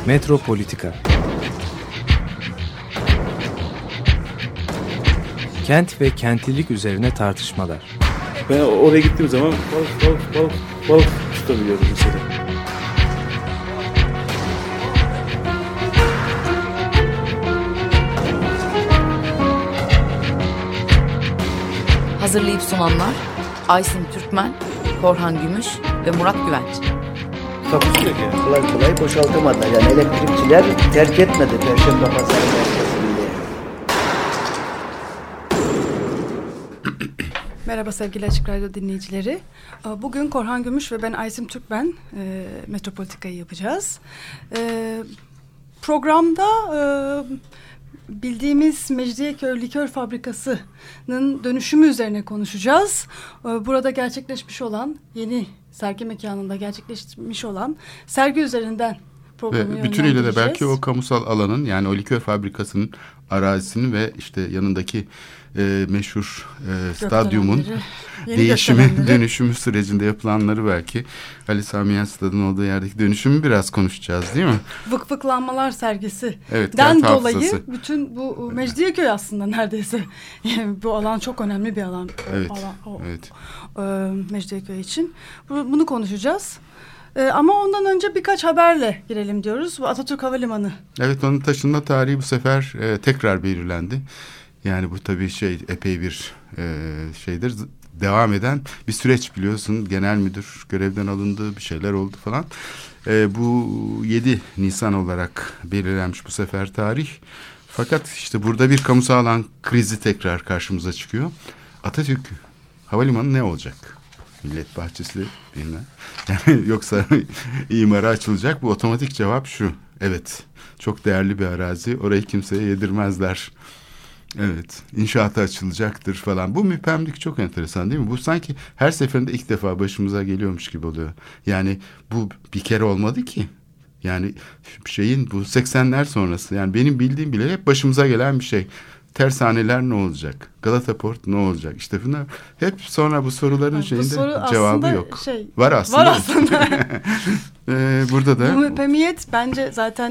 Metropolitika. Kent ve kentlilik üzerine tartışmalar. Ben oraya gittiğim zaman balık tutabiliyorum mesela. Hazırlayıp sunanlar Aysin Türkmen, Korhan Gümüş ve Murat Güvenç. Takusuyor ki. Kolay boşaltamadı. Yani elektrikçiler terk etmedi Perşembe Pazarı merkezinde. Merhaba sevgili Açık Radyo dinleyicileri. Bugün Korhan Gümüş ve ben Aysim Türkmen Metropolitika'yı yapacağız. Programda bildiğimiz Mecidiyeköy Likör Fabrikası'nın dönüşümü üzerine konuşacağız. Burada gerçekleşmiş olan, yeni sergi mekanında gerçekleşmiş olan sergi üzerinden programı yönlendireceğiz. Bütünüyle de belki o kamusal alanın, yani o likör fabrikasının arazisini ve işte yanındaki meşhur stadyumun değişimi, dönüşümü sürecinde yapılanları, belki Ali Sami Yen Stadı'nın olduğu yerdeki dönüşümü biraz konuşacağız, değil mi? Vıkvıklanmalar sergisi. Evet, den kent dolayı hafızası. Bütün bu Mecidiyeköy aslında neredeyse. Yani bu alan çok önemli bir alan. Evet. Evet. Mecidiyeköy için. Bunu konuşacağız. Ama ondan önce birkaç haberle girelim diyoruz. Bu Atatürk Havalimanı. Evet, onun taşınma tarihi bu sefer tekrar belirlendi. Yani bu tabii epey bir şeydir. Devam eden bir süreç, biliyorsun. Genel müdür görevden alındı, bir şeyler oldu falan. Bu 7 Nisan olarak belirlenmiş bu sefer tarih. Fakat işte burada bir kamusal alan krizi tekrar karşımıza çıkıyor. Atatürk Havalimanı ne olacak? Millet bahçesi bilmem. Yani yoksa imara açılacak. Bu otomatik cevap şu: evet, çok değerli bir arazi, orayı kimseye yedirmezler. Evet, inşaata açılacaktır falan. Bu müphemlik çok enteresan, değil mi? Bu sanki her seferinde ilk defa başımıza geliyormuş gibi oluyor. Yani bu bir kere olmadı ki. Yani bu 80'ler sonrası, yani benim bildiğim bile hep başımıza gelen bir şey. Tersaneler ne olacak? Galata Port ne olacak? İşte bunlar hep sonra bu soruların cevabı yok. Var aslında. Burada da. Bu müphemiyet bence zaten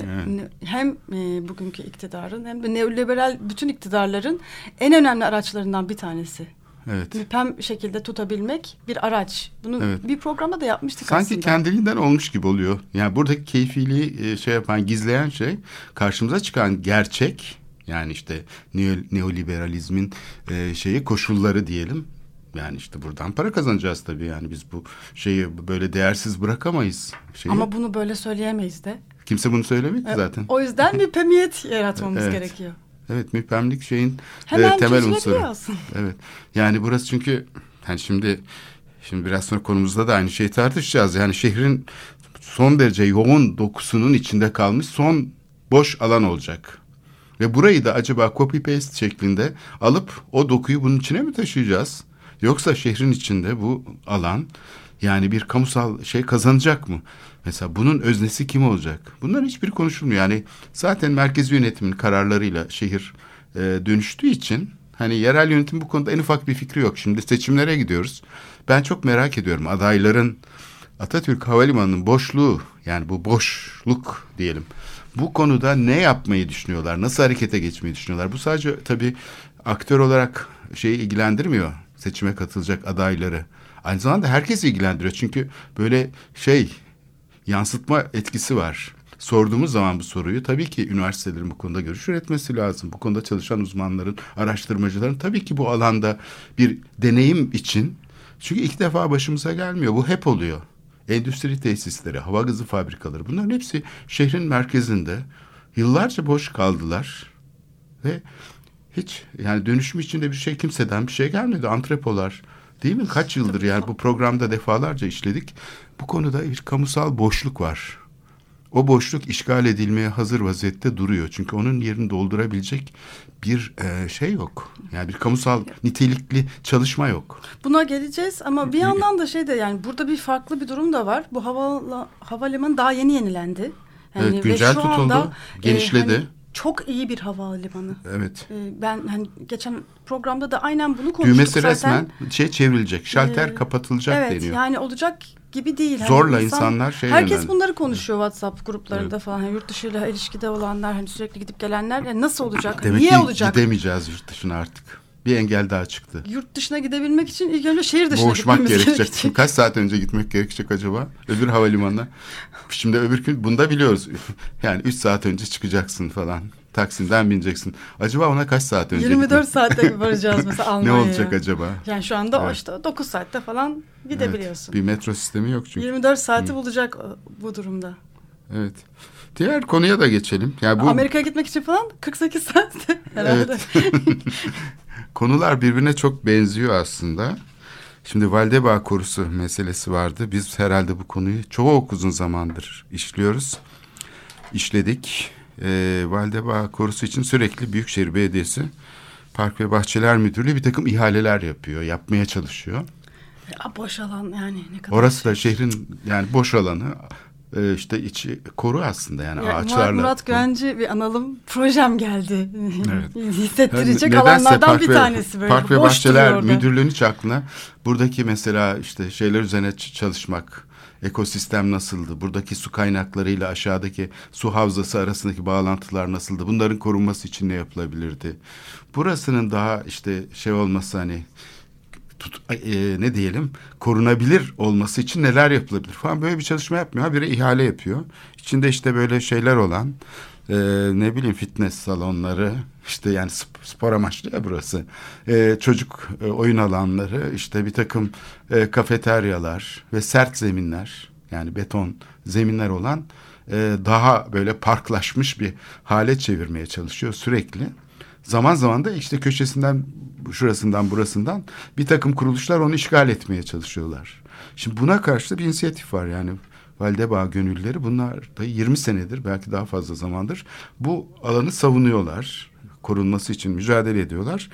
hem bugünkü iktidarın hem de neoliberal bütün iktidarların en önemli araçlarından bir tanesi. Evet. Müphem şekilde tutabilmek bir araç. Bunu bir programda da yapmıştık sanki aslında. Kendiliğinden olmuş gibi oluyor. Yani buradaki keyfiliği gizleyen şey, karşımıza çıkan gerçek. Yani işte neoliberalizmin koşulları diyelim. Yani işte buradan para kazanacağız tabii. Yani biz bu şeyi böyle değersiz bırakamayız. Ama bunu böyle söyleyemeyiz de. Kimse bunu söylemiyor ki zaten. O yüzden müphemiyet yaratmamız gerekiyor. Evet, müphemlik hemen temel unsuru. Aslında. Evet. Yani burası çünkü şimdi biraz sonra konumuzda da aynı şeyi tartışacağız. Yani şehrin son derece yoğun dokusunun içinde kalmış son boş alan olacak. Ve burayı da acaba copy paste şeklinde alıp o dokuyu bunun içine mi taşıyacağız? Yoksa şehrin içinde bu alan, yani bir kamusal kazanacak mı? Mesela bunun öznesi kim olacak? Bunların hiçbiri konuşulmuyor. Yani zaten merkezi yönetimin kararlarıyla şehir dönüştüğü için yerel yönetim bu konuda en ufak bir fikri yok. Şimdi seçimlere gidiyoruz. Ben çok merak ediyorum adayların Atatürk Havalimanı'nın boşluğu, yani bu boşluk diyelim, bu konuda ne yapmayı düşünüyorlar? Nasıl harekete geçmeyi düşünüyorlar? Bu sadece tabii aktör olarak ilgilendirmiyor, seçime katılacak adayları. Aynı zamanda herkesi ilgilendiriyor. Çünkü böyle yansıtma etkisi var. Sorduğumuz zaman bu soruyu, tabii ki üniversitelerin bu konuda görüş üretmesi lazım. Bu konuda çalışan uzmanların, araştırmacıların tabii ki bu alanda bir deneyim için. Çünkü ilk defa başımıza gelmiyor. Bu hep oluyor. Endüstri tesisleri, hava gazı fabrikaları, bunların hepsi şehrin merkezinde yıllarca boş kaldılar ve hiç dönüşüm içinde kimseden bir şey gelmedi. Antrepolar, değil mi? Kaç yıldır bu programda defalarca işledik. Bu konuda bir kamusal boşluk var. O boşluk işgal edilmeye hazır vaziyette duruyor. Çünkü onun yerini doldurabilecek bir yok. Yani bir kamusal nitelikli çalışma yok. Buna geleceğiz ama bir yandan da burada bir farklı bir durum da var. Bu havalimanı daha yeni yenilendi. Evet, güncel tutuldu, genişledi. çok iyi bir havalimanı. Evet. Ben hani geçen programda da aynen bunu konuştuk Düğmesi zaten. resmen çevrilecek. Şalter kapatılacak evet, deniyor. Yani olacak gibi değil. Zorla hani insanlar herkes yöneldi. bunları konuşuyor WhatsApp gruplarında Evet. falan. Yani yurt dışıyla ilişkide olanlar, hani sürekli gidip gelenler, yani nasıl olacak? Demek Niye ki olacak? gidemeyeceğiz yurt dışına artık. Bir engel daha çıktı. Yurt dışına gidebilmek için ilk önce şehir dışına Boğuşmak gitmemiz gerekecek. gerekecek. Kaç saat önce gitmek gerekecek acaba? Öbür havalimanına. Şimdi öbür gün bunu da biliyoruz. Yani 3 saat önce çıkacaksın falan. Taksim'den bineceksin. Acaba ona kaç saat önce 24 saatte varacağız mesela Ne Almanya'ya. olacak acaba? Yani şu anda o Evet. işte 9 saatte falan gidebiliyorsun. Evet, bir metro sistemi yok çünkü. 24 saati bulacak bu durumda. Evet. Diğer konuya da geçelim. Yani bu Amerika'ya gitmek için falan 48 saatte herhalde. Evet. Konular birbirine çok benziyor aslında. Şimdi Valdebağ korusu meselesi vardı. Biz herhalde bu konuyu çok uzun zamandır işledik. Valdebağ korusu için sürekli Büyükşehir Belediyesi Park ve Bahçeler Müdürlüğü bir takım ihaleler yapmaya çalışıyor. Ya boş alan yani ne kadar. Orası da şehrin yani boş alanı, işte içi koru aslında yani Ya, ağaçlarla. Murat Güvenci bir analım, projem geldi. Evet. Hissettirecek Nedense alanlardan bir tanesi böyle. Park ve Boş Bahçeler duruyor orada. Müdürlüğü'nün hiç aklına buradaki mesela işte şeyler üzerine çalışmak, ekosistem nasıldı, buradaki su kaynaklarıyla aşağıdaki su havzası arasındaki bağlantılar nasıldı, bunların korunması için ne yapılabilirdi? Burasının daha işte şey olması hani ne diyelim korunabilir olması için neler yapılabilir falan böyle bir çalışma yapmıyor. Habire ihale yapıyor. İçinde işte böyle şeyler olan ne bileyim fitness salonları işte yani spor amaçlı ya burası. Çocuk oyun alanları işte bir takım kafeteryalar ve sert zeminler yani beton zeminler olan daha böyle parklaşmış bir hale çevirmeye çalışıyor sürekli. Zaman zaman da işte köşesinden, şurasından, burasından bir takım kuruluşlar onu işgal etmeye çalışıyorlar. Şimdi buna karşı da bir inisiyatif var yani. Valdebağ gönüllüleri bunlar da 20 senedir belki daha fazla zamandır bu alanı savunuyorlar. Korunması için mücadele ediyorlar.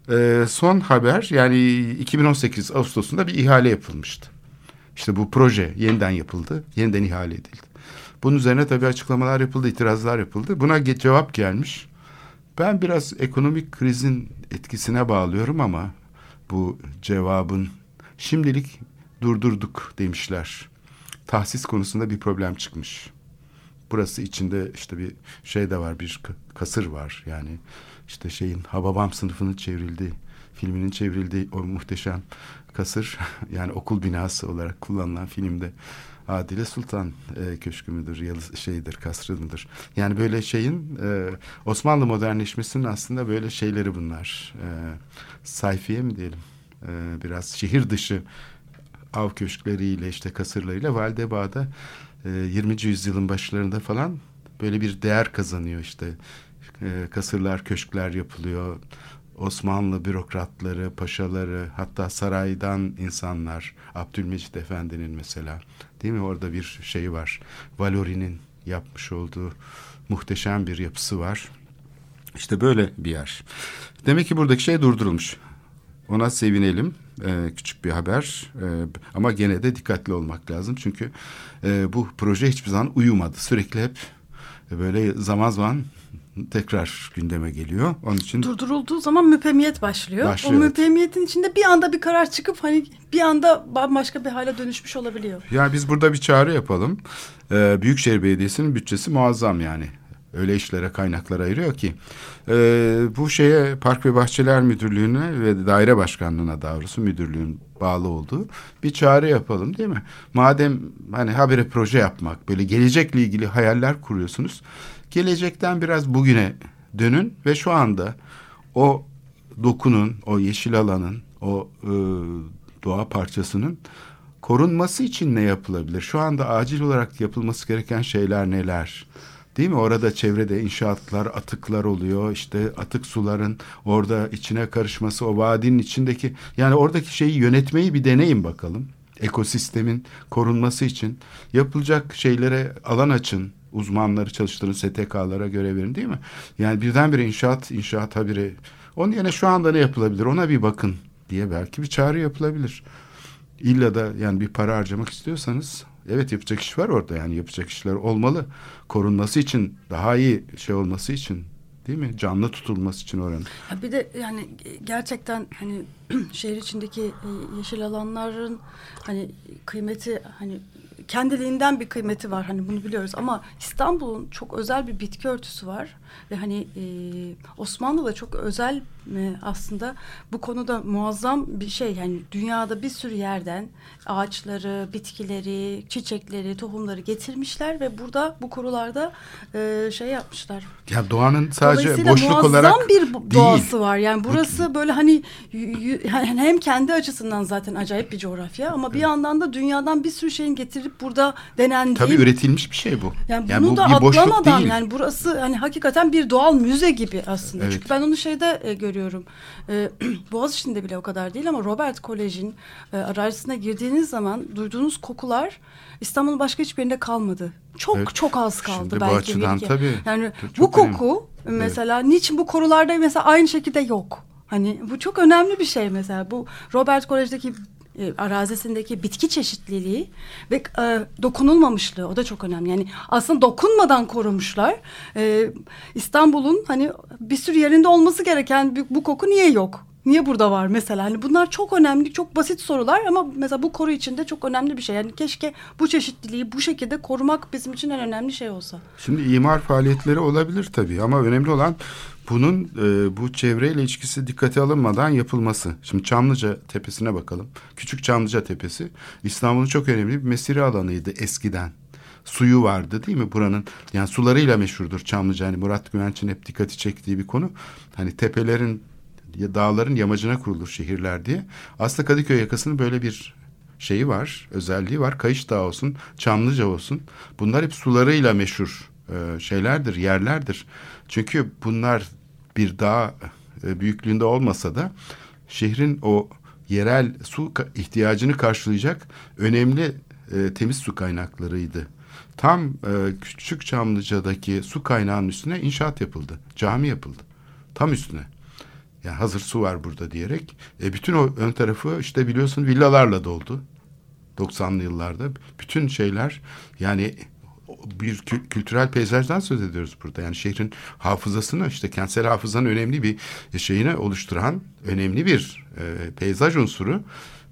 Son haber yani 2018 Ağustos'unda bir ihale yapılmıştı. İşte bu proje yeniden yapıldı, yeniden ihale edildi. Bunun üzerine tabii açıklamalar yapıldı, itirazlar yapıldı. Buna cevap gelmiş. Ben biraz ekonomik krizin etkisine bağlıyorum ama bu cevabın şimdilik durdurduk demişler. Tahsis konusunda bir problem çıkmış. Burası içinde işte bir şey de var, bir kasır var. Yani işte şeyin Hababam sınıfının filminin çevrildiği o muhteşem kasır yani okul binası olarak kullanılan filmde Adile Sultan Köşkü müdür, kasrı mıdır? Yani böyle şeyin Osmanlı modernleşmesinin aslında böyle şeyleri bunlar. Sayfiye mi diyelim? Biraz şehir dışı av köşkleriyle işte kasırlarıyla Valdebağ'da 20. yüzyılın başlarında falan böyle bir değer kazanıyor işte. Kasırlar, köşkler yapılıyor. Osmanlı bürokratları, paşaları, hatta saraydan insanlar, Abdülmecit Efendi'nin mesela, değil mi? Orada bir şey var. Valori'nin yapmış olduğu muhteşem bir yapısı var. İşte böyle bir yer. Demek ki buradaki şey durdurulmuş. Ona sevinelim. Küçük bir haber. Ama gene de dikkatli olmak lazım. Çünkü bu proje hiçbir zaman uyumadı. Sürekli hep böyle zaman zaman tekrar gündeme geliyor. Onun için Durdurulduğu zaman müpemiyet başlıyor. O evet. müpemiyetin içinde bir anda bir karar çıkıp hani bir anda bambaşka bir hale dönüşmüş olabiliyor. ya biz burada bir çağrı yapalım. Büyükşehir Belediyesi'nin bütçesi muazzam yani. Öyle işlere kaynaklar ayırıyor ki. Bu şeye Park ve Bahçeler Müdürlüğü'ne ve daire başkanlığına daha doğrusu müdürlüğün bağlı olduğu bir çağrı yapalım değil mi? Madem hani habire proje yapmak, böyle gelecekle ilgili hayaller kuruyorsunuz. Gelecekten biraz bugüne dönün ve şu anda o dokunun, o yeşil alanın, o doğa parçasının korunması için ne yapılabilir? Şu anda acil olarak yapılması gereken şeyler neler? Değil mi? Orada çevrede inşaatlar, atıklar oluyor. İşte atık suların orada içine karışması, o vadinin içindeki yani oradaki şeyi yönetmeyi bir deneyin bakalım. Ekosistemin korunması için yapılacak şeylere alan açın. Uzmanları çalıştırın, STK'lara görev verin değil mi? Yani birdenbire inşaat habire. Onun yerine şu anda ne yapılabilir? Ona bir bakın diye belki bir çağrı yapılabilir. İlla da yani bir para harcamak istiyorsanız evet yapacak iş var orada yani yapacak işler olmalı. Korunması için daha iyi şey olması için değil mi? Canlı tutulması için oranın. Ya bir de yani gerçekten hani şehir içindeki yeşil alanların hani kıymeti, hani kendiliğinden bir kıymeti var, hani bunu biliyoruz, ama İstanbul'un çok özel bir bitki örtüsü var ve hani Osmanlı'da çok özel aslında bu konuda muazzam bir şey. Yani dünyada bir sürü yerden ağaçları, bitkileri, çiçekleri, tohumları getirmişler ve burada bu korularda şey yapmışlar. Ya doğanın sadece Dolayısıyla boşluk olarak muazzam bir değil. doğası var. Yani burası böyle hani yani hem kendi açısından zaten acayip bir coğrafya, ama bir yandan da dünyadan bir sürü şeyin getirip burada denendiği. Tabii üretilmiş bir şey bu. Yani Yani bunu bu da bir boşluk atlamadan değil. yani burası hani hakikaten bir doğal müze gibi aslında. Evet. Çünkü ben onu şeyde görüyorum. Boğaziçi'nde bile o kadar değil ama Robert Kolej'in arazisine girdiğiniz zaman duyduğunuz kokular İstanbul'un başka hiçbir yerinde kalmadı. Çok Evet. çok az kaldı Şimdi bu belki. açıdan bir iki. tabii. Yani Çok bu koku mesela niçin bu korularda mesela aynı şekilde yok? Hani bu çok önemli bir şey mesela. Bu Robert Kolej'deki arazisindeki bitki çeşitliliği ve dokunulmamışlığı, o da çok önemli. Yani aslında dokunmadan korumuşlar. İstanbul'un hani bir sürü yerinde olması gereken bu koku niye yok? Niye burada var mesela? Hani bunlar çok önemli, çok basit sorular ama mesela bu koru içinde çok önemli bir şey. Yani keşke bu çeşitliliği bu şekilde korumak bizim için en önemli şey olsa. Şimdi imar faaliyetleri olabilir tabii ama önemli olan bunun bu çevreyle ilişkisi dikkate alınmadan yapılması. Şimdi Çamlıca Tepesi'ne bakalım. Küçük Çamlıca Tepesi İstanbul'un çok önemli bir mesire alanıydı eskiden. Suyu vardı değil mi buranın? Yani sularıyla meşhurdur Çamlıca. Hani Murat Güvenç'in hep dikkati çektiği bir konu. Hani tepelerin, dağların yamacına kurulur şehirler diye. Aslında Kadıköy yakasının böyle bir şeyi var, özelliği var. Kayış Dağı olsun, Çamlıca olsun. Bunlar hep sularıyla meşhur şeylerdir, yerlerdir. Çünkü bunlar bir dağ büyüklüğünde olmasa da şehrin o yerel su ihtiyacını karşılayacak önemli temiz su kaynaklarıydı. Tam Küçük Çamlıca'daki su kaynağının üstüne inşaat yapıldı, cami yapıldı. Tam üstüne. Yani hazır su var burada diyerek. Bütün o ön tarafı işte biliyorsun villalarla doldu. 90'lı yıllarda. Bütün şeyler yani bir kültürel peyzajdan söz ediyoruz burada. Yani şehrin hafızasını, işte kentsel hafızanın önemli bir şeyini oluşturan önemli bir peyzaj unsuru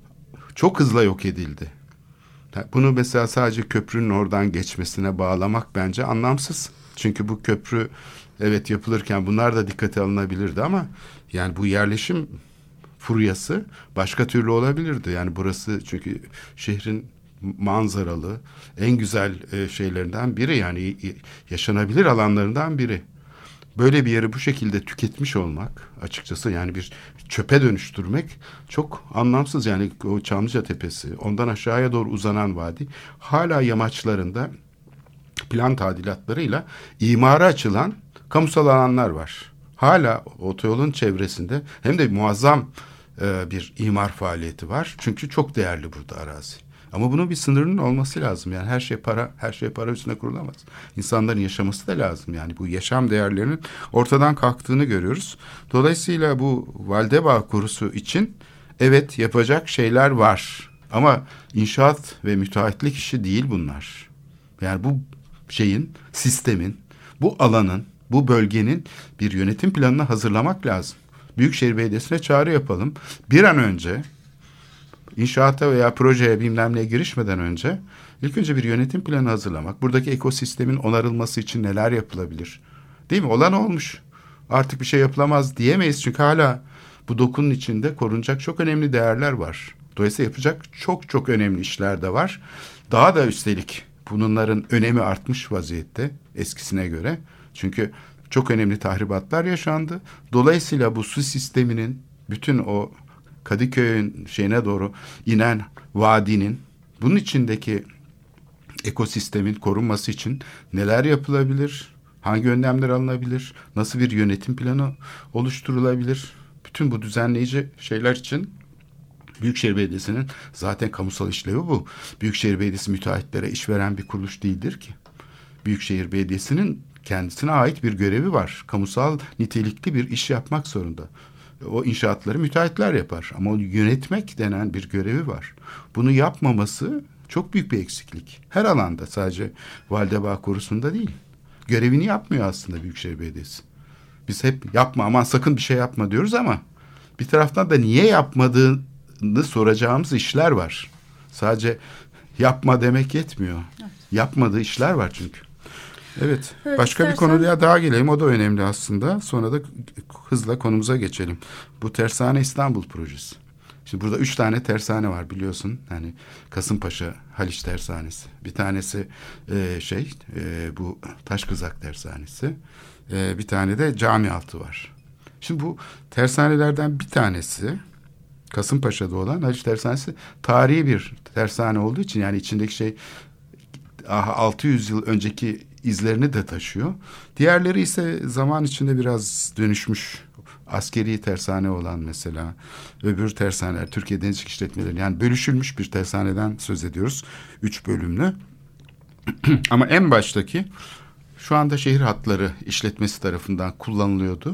çok hızla yok edildi. Bunu mesela sadece köprünün oradan geçmesine bağlamak bence anlamsız. Çünkü bu köprü evet yapılırken bunlar da dikkate alınabilirdi ama yani bu yerleşim furyası başka türlü olabilirdi. Yani burası çünkü şehrin manzaralı en güzel şeylerinden biri, yani yaşanabilir alanlarından biri. Böyle bir yeri bu şekilde tüketmiş olmak açıkçası, yani bir çöpe dönüştürmek çok anlamsız. Yani o Çamlıca Tepesi, ondan aşağıya doğru uzanan vadi hala yamaçlarında plan tadilatlarıyla imara açılan kamusal alanlar var. Hala otoyolun çevresinde hem de muazzam bir imar faaliyeti var. Çünkü çok değerli burada arazi. Ama bunun bir sınırının olması lazım. Yani her şey para üstüne kurulamaz. İnsanların yaşaması da lazım. Yani bu yaşam değerlerinin ortadan kalktığını görüyoruz. Dolayısıyla bu Valdebağ korusu için evet yapacak şeyler var. Ama inşaat ve müteahhitlik işi değil bunlar. Yani bu şeyin, sistemin, bu alanın, bu bölgenin bir yönetim planını hazırlamak lazım. Büyükşehir Belediyesi'ne çağrı yapalım. Bir an önce inşaata veya projeye bilmem neye girişmeden önce ilk önce bir yönetim planı hazırlamak. Buradaki ekosistemin onarılması için neler yapılabilir? Değil mi? Olan olmuş. Artık bir şey yapılamaz diyemeyiz. Çünkü hala bu dokunun içinde korunacak çok önemli değerler var. Dolayısıyla yapacak çok çok önemli işler de var. Daha da üstelik bunların önemi artmış vaziyette eskisine göre. Çünkü çok önemli tahribatlar yaşandı. Dolayısıyla bu su sisteminin bütün o Kadıköy'ün şeyine doğru inen vadinin, bunun içindeki ekosistemin korunması için neler yapılabilir? Hangi önlemler alınabilir? Nasıl bir yönetim planı oluşturulabilir? Bütün bu düzenleyici şeyler için Büyükşehir Belediyesi'nin zaten kamusal işlevi bu. Büyükşehir Belediyesi müteahhitlere iş veren bir kuruluş değildir ki. Büyükşehir Belediyesi'nin kendisine ait bir görevi var. Kamusal nitelikli bir iş yapmak zorunda. O inşaatları müteahhitler yapar ama onu yönetmek denen bir görevi var. Bunu yapmaması çok büyük bir eksiklik. Her alanda, sadece Valdebağ Korusu'nda değil. Görevini yapmıyor aslında Büyükşehir Belediyesi. Biz hep yapma, aman sakın bir şey yapma diyoruz ama bir taraftan da niye yapmadığını soracağımız işler var. Sadece yapma demek yetmiyor. Evet. Yapmadığı işler var çünkü. Evet. Başka bir konuya daha gelelim. O da önemli aslında. Sonra da hızla konumuza geçelim. Bu Tersane İstanbul projesi. Şimdi burada 3 tane tersane var biliyorsun. Yani Kasımpaşa Haliç Tersanesi. Bir tanesi bu Taşkızak Tersanesi. Bir tane de Camialtı var. Şimdi bu tersanelerden bir tanesi Kasımpaşa'da olan Haliç Tersanesi tarihi bir tersane olduğu için, yani içindeki şey 600 yıl önceki izlerini de taşıyor. Diğerleri ise zaman içinde biraz dönüşmüş. Askeri tersane olan mesela, öbür tersaneler Türkiye Denizcilik İşletmeleri, yani bölüşülmüş bir tersaneden söz ediyoruz. 3 bölümlü. Ama en baştaki şu anda şehir hatları işletmesi tarafından kullanılıyordu.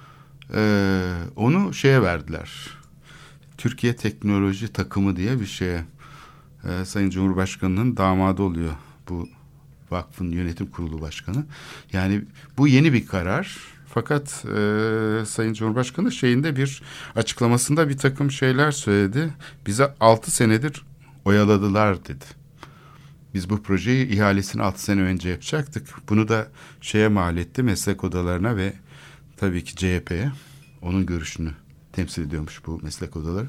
Onu şeye verdiler. Türkiye Teknoloji Takımı diye bir şeye. Sayın Cumhurbaşkanı'nın damadı oluyor bu vakfın yönetim kurulu başkanı. Yani bu yeni bir karar. Fakat Sayın Cumhurbaşkanı şeyinde bir açıklamasında bir takım şeyler söyledi. Bize 6 senedir oyaladılar dedi. Biz bu projeyi ihalesini 6 sene önce yapacaktık. Bunu da şeye mal etti, meslek odalarına ve tabii ki CHP'ye. Onun görüşünü temsil ediyormuş bu meslek odaları.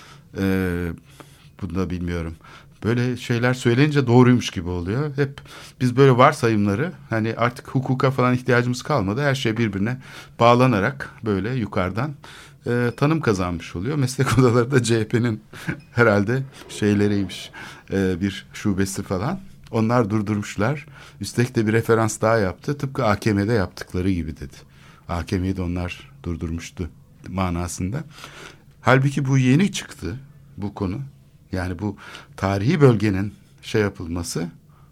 Bunu da bilmiyorum. Böyle şeyler söylenince doğruymuş gibi oluyor. Hep biz böyle varsayımları, hani artık hukuka falan ihtiyacımız kalmadı. Her şey birbirine bağlanarak böyle yukarıdan tanım kazanmış oluyor. Meslek odaları da CHP'nin herhalde şeyleriymiş, bir şubesi falan. Onlar durdurmuşlar. Üstelik de bir referans daha yaptı. Tıpkı AKM'de yaptıkları gibi dedi. AKM'yi de onlar durdurmuştu manasında. Halbuki bu yeni çıktı bu konu. Yani bu tarihi bölgenin yapılması,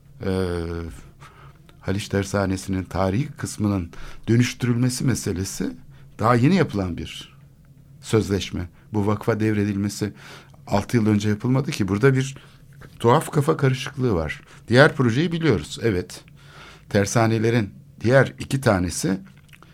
Haliç Tersanesi'nin tarihi kısmının dönüştürülmesi meselesi daha yeni yapılan bir sözleşme. Bu vakfa devredilmesi 6 yıl önce yapılmadı ki. Burada bir tuhaf kafa karışıklığı var. Diğer projeyi biliyoruz. Evet, tersanelerin diğer 2 tanesi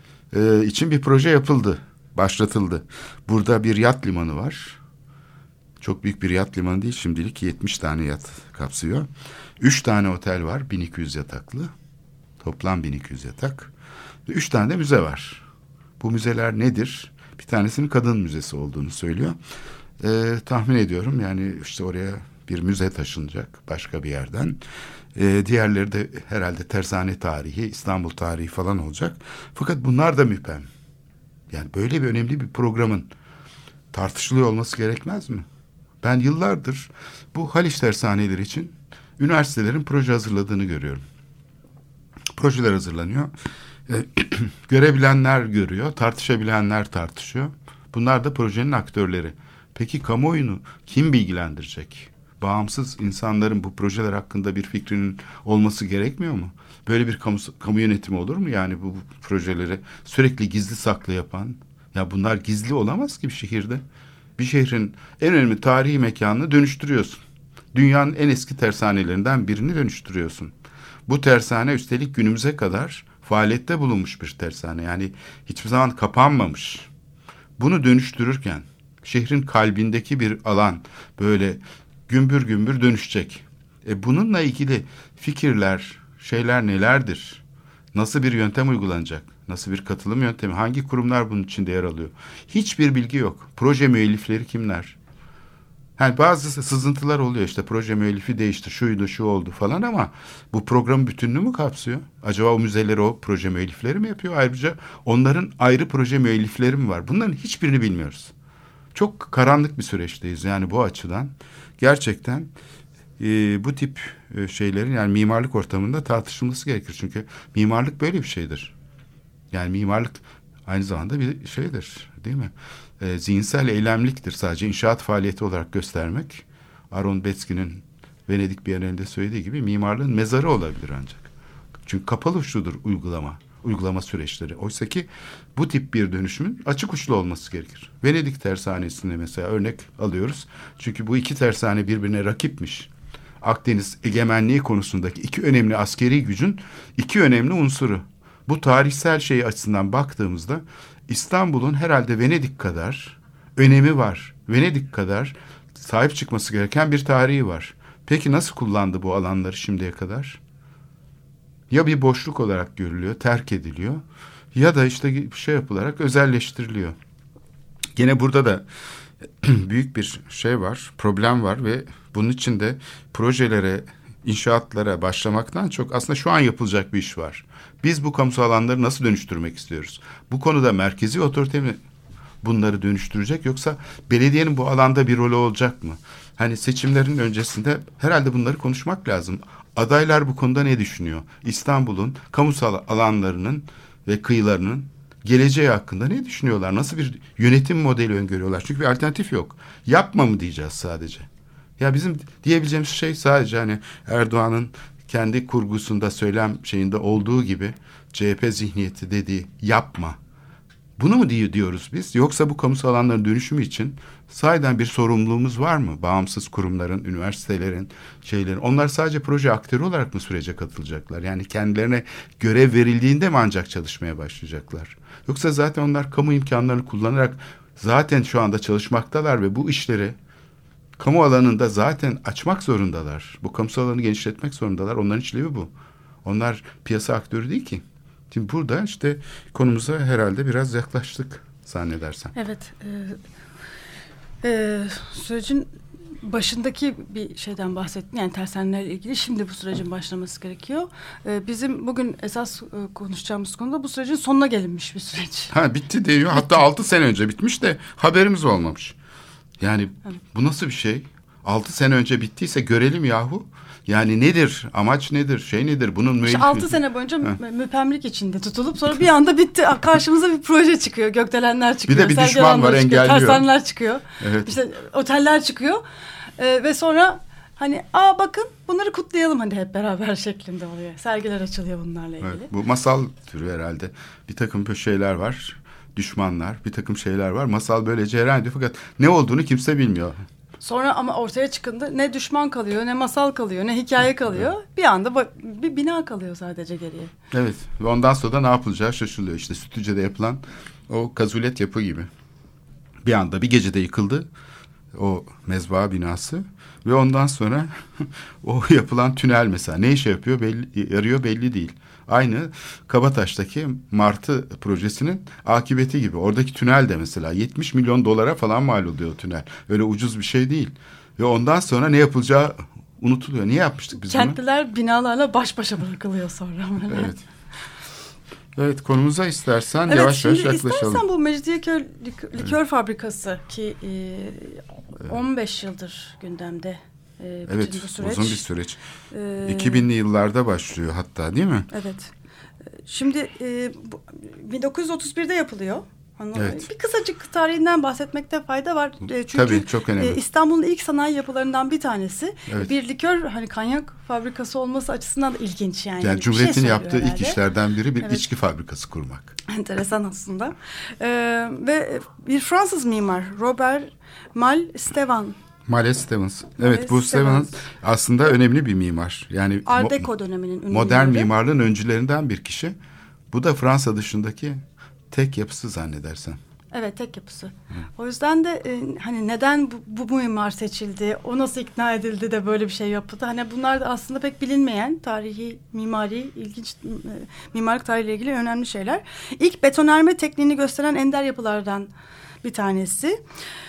için bir proje yapıldı, başlatıldı. Burada bir yat limanı var. Çok büyük bir yat limanı değil şimdilik, 70 tane yat kapsıyor. 3 tane otel var, 1200 yataklı. Toplam 1200 yatak. Ve 3 tane de müze var. Bu müzeler nedir? Bir tanesinin kadın müzesi olduğunu söylüyor. Tahmin ediyorum yani işte oraya bir müze taşınacak başka bir yerden. Diğerleri de herhalde tersane tarihi, İstanbul tarihi falan olacak. Fakat bunlar da müphem. Yani böyle bir önemli bir programın tartışılıyor olması gerekmez mi? Ben yıllardır bu Haliç tersaneleri için üniversitelerin proje hazırladığını görüyorum. Projeler hazırlanıyor. Görebilenler görüyor, tartışabilenler tartışıyor. Bunlar da projenin aktörleri. Peki kamuoyunu kim bilgilendirecek? Bağımsız insanların bu projeler hakkında bir fikrinin olması gerekmiyor mu? Böyle bir kamu yönetimi olur mu? Yani bu projeleri sürekli gizli saklı yapan. Ya bunlar gizli olamaz ki bir şehirde. Bir şehrin en önemli tarihi mekanını dönüştürüyorsun. Dünyanın en eski tersanelerinden birini dönüştürüyorsun. Bu tersane üstelik günümüze kadar faaliyette bulunmuş bir tersane. Yani hiçbir zaman kapanmamış. Bunu dönüştürürken şehrin kalbindeki bir alan böyle gümbür gümbür dönüşecek. Bununla ilgili fikirler, şeyler nelerdir? Nasıl bir yöntem uygulanacak? Nasıl bir katılım yöntemi? Hangi kurumlar bunun içinde yer alıyor? Hiçbir bilgi yok. Proje müellifleri kimler? Yani bazı sızıntılar oluyor, işte proje müellifi değişti, şuydu, şu oldu falan, ama bu programın bütünlüğü mü kapsıyor? Acaba o müzeleri o proje müellifleri mi yapıyor? Ayrıca onların ayrı proje müellifleri mi var? Bunların hiçbirini bilmiyoruz. Çok karanlık bir süreçteyiz yani bu açıdan. Gerçekten bu tip şeylerin, yani mimarlık ortamında tartışılması gerekir. Çünkü mimarlık böyle bir şeydir. Yani mimarlık aynı zamanda bir şeydir, değil mi? Zihinsel eylemliktir, sadece inşaat faaliyeti olarak göstermek. Aaron Betsky'nin Venedik Bienalinde söylediği gibi mimarlığın mezarı olabilir ancak. Çünkü kapalı uçludur uygulama süreçleri. Oysa ki bu tip bir dönüşümün açık uçlu olması gerekir. Venedik tersanesinde mesela örnek alıyoruz. Çünkü bu 2 tersane birbirine rakipmiş. Akdeniz egemenliği konusundaki 2 önemli askeri gücün 2 önemli unsuru. Bu tarihsel şey açısından baktığımızda İstanbul'un herhalde Venedik kadar önemi var. Venedik kadar sahip çıkması gereken bir tarihi var. Peki nasıl kullandı bu alanları şimdiye kadar? Ya bir boşluk olarak görülüyor, terk ediliyor ya da işte şey yapılarak özelleştiriliyor. Gene burada da büyük bir şey var, problem var ve bunun için de projelere, inşaatlara başlamaktan çok aslında şu an yapılacak bir iş var. Biz bu kamusal alanları nasıl dönüştürmek istiyoruz? Bu konuda merkezi otorite mi bunları dönüştürecek yoksa belediyenin bu alanda bir rolü olacak mı? Hani seçimlerin öncesinde herhalde bunları konuşmak lazım. Adaylar bu konuda ne düşünüyor? İstanbul'un kamusal alanlarının ve kıyılarının geleceği hakkında ne düşünüyorlar? Nasıl bir yönetim modeli öngörüyorlar? Çünkü bir alternatif yok. Yapma mı diyeceğiz sadece? Ya bizim diyebileceğimiz şey sadece hani Erdoğan'ın kendi kurgusunda söylem şeyinde olduğu gibi CHP zihniyeti dediği yapma. Bunu mu diyoruz biz? Yoksa bu kamusal alanların dönüşümü için sahiden bir sorumluluğumuz var mı? Bağımsız kurumların, üniversitelerin, şeylerin. Onlar sadece proje aktörü olarak mı sürece katılacaklar? Yani kendilerine görev verildiğinde mi ancak çalışmaya başlayacaklar? Yoksa zaten onlar kamu imkanlarını kullanarak zaten şu anda çalışmaktalar ve bu işleri kamu alanında zaten açmak zorundalar. Bu kamusal alanı genişletmek zorundalar. Onların işlevi bu. Onlar piyasa aktörü değil ki. Şimdi burada işte konumuza herhalde biraz yaklaştık zannedersem. Evet. Sürecin başındaki bir şeyden bahsettim. Yani tersanelerle ilgili şimdi bu sürecin başlaması gerekiyor. Bizim bugün esas konuşacağımız konuda bu sürecin sonuna gelinmiş bir süreç. Bitti diyor. Hatta 6 sene önce bitmiş de haberimiz olmamış. Yani bu nasıl bir şey? 6 sene önce bittiyse görelim yahu. Yani nedir? Amaç nedir? Şey nedir? Bunun müellifi... 6 sene boyunca müpemlik içinde tutulup sonra bir anda bitti. Karşımıza bir proje çıkıyor. Gökdelenler çıkıyor. Bir de bir düşman var, engelliyor. Tersaneler çıkıyor. Evet. İşte oteller çıkıyor. Ve sonra hani bakın bunları kutlayalım hani hep beraber şeklinde oluyor. Sergiler açılıyor bunlarla ilgili. Evet, bu masal türü herhalde. Bir takım şeyler var. Düşmanlar, bir takım şeyler var. Masal böyle cereyan ediyor fakat ne olduğunu kimse bilmiyor. Sonra ama ortaya çıkında ne düşman kalıyor, ne masal kalıyor, ne hikaye kalıyor. Bir anda bir bina kalıyor sadece geriye. Evet ve ondan sonra da ne yapılacağı şaşılıyor. İşte Sütlüce'de yapılan o kazulet yapı gibi. Bir anda bir gecede yıkıldı o mezba binası ve ondan sonra o yapılan tünel mesela ne işe yapıyor yarıyor belli değil. Aynı Kabataş'taki Martı projesinin akıbeti gibi. Oradaki tünel de mesela 70 milyon dolara falan mal oluyor o tünel. Öyle ucuz bir şey değil. Ve ondan sonra ne yapılacağı unutuluyor. Niye yapmıştık biz bunu? Kentliler binalarla baş başa bırakılıyor sonra. Evet. Evet, konumuza istersen yavaş yavaş yaklaşalım. İstersen bu Mecidiyeköy likör fabrikası ki 15 yıldır gündemde. Evet, uzun bir süreç. 2000'li yıllarda başlıyor hatta, değil mi? Evet. Şimdi 1931'de yapılıyor. Evet. Bir kısacık tarihinden bahsetmekte fayda var. Çünkü tabii, çok önemli. İstanbul'un ilk sanayi yapılarından bir tanesi. Evet. Bir likör kanyak fabrikası olması açısından da ilginç yani. Yani Cumhuriyet'in yaptığı herhalde. ilk işlerden biri bir içki fabrikası kurmak. Enteresan aslında. Ve bir Fransız mimar Robert Malesherbes. Stevens. Evet, bu Stevens aslında önemli bir mimar. Yani Art Deco döneminin ünlü modern mimarı. mimarlığın öncülerinden bir kişi. Bu da Fransa dışındaki tek yapısı zannedersem. Evet, tek yapısı. O yüzden de hani neden bu mimar seçildi, o nasıl ikna edildi de böyle bir şey yapıldı. Hani bunlar da aslında pek bilinmeyen tarihi, mimari, ilginç mimarlık tarihiyle ilgili önemli şeyler. İlk betonarme tekniğini gösteren ender yapılardan bir tanesi.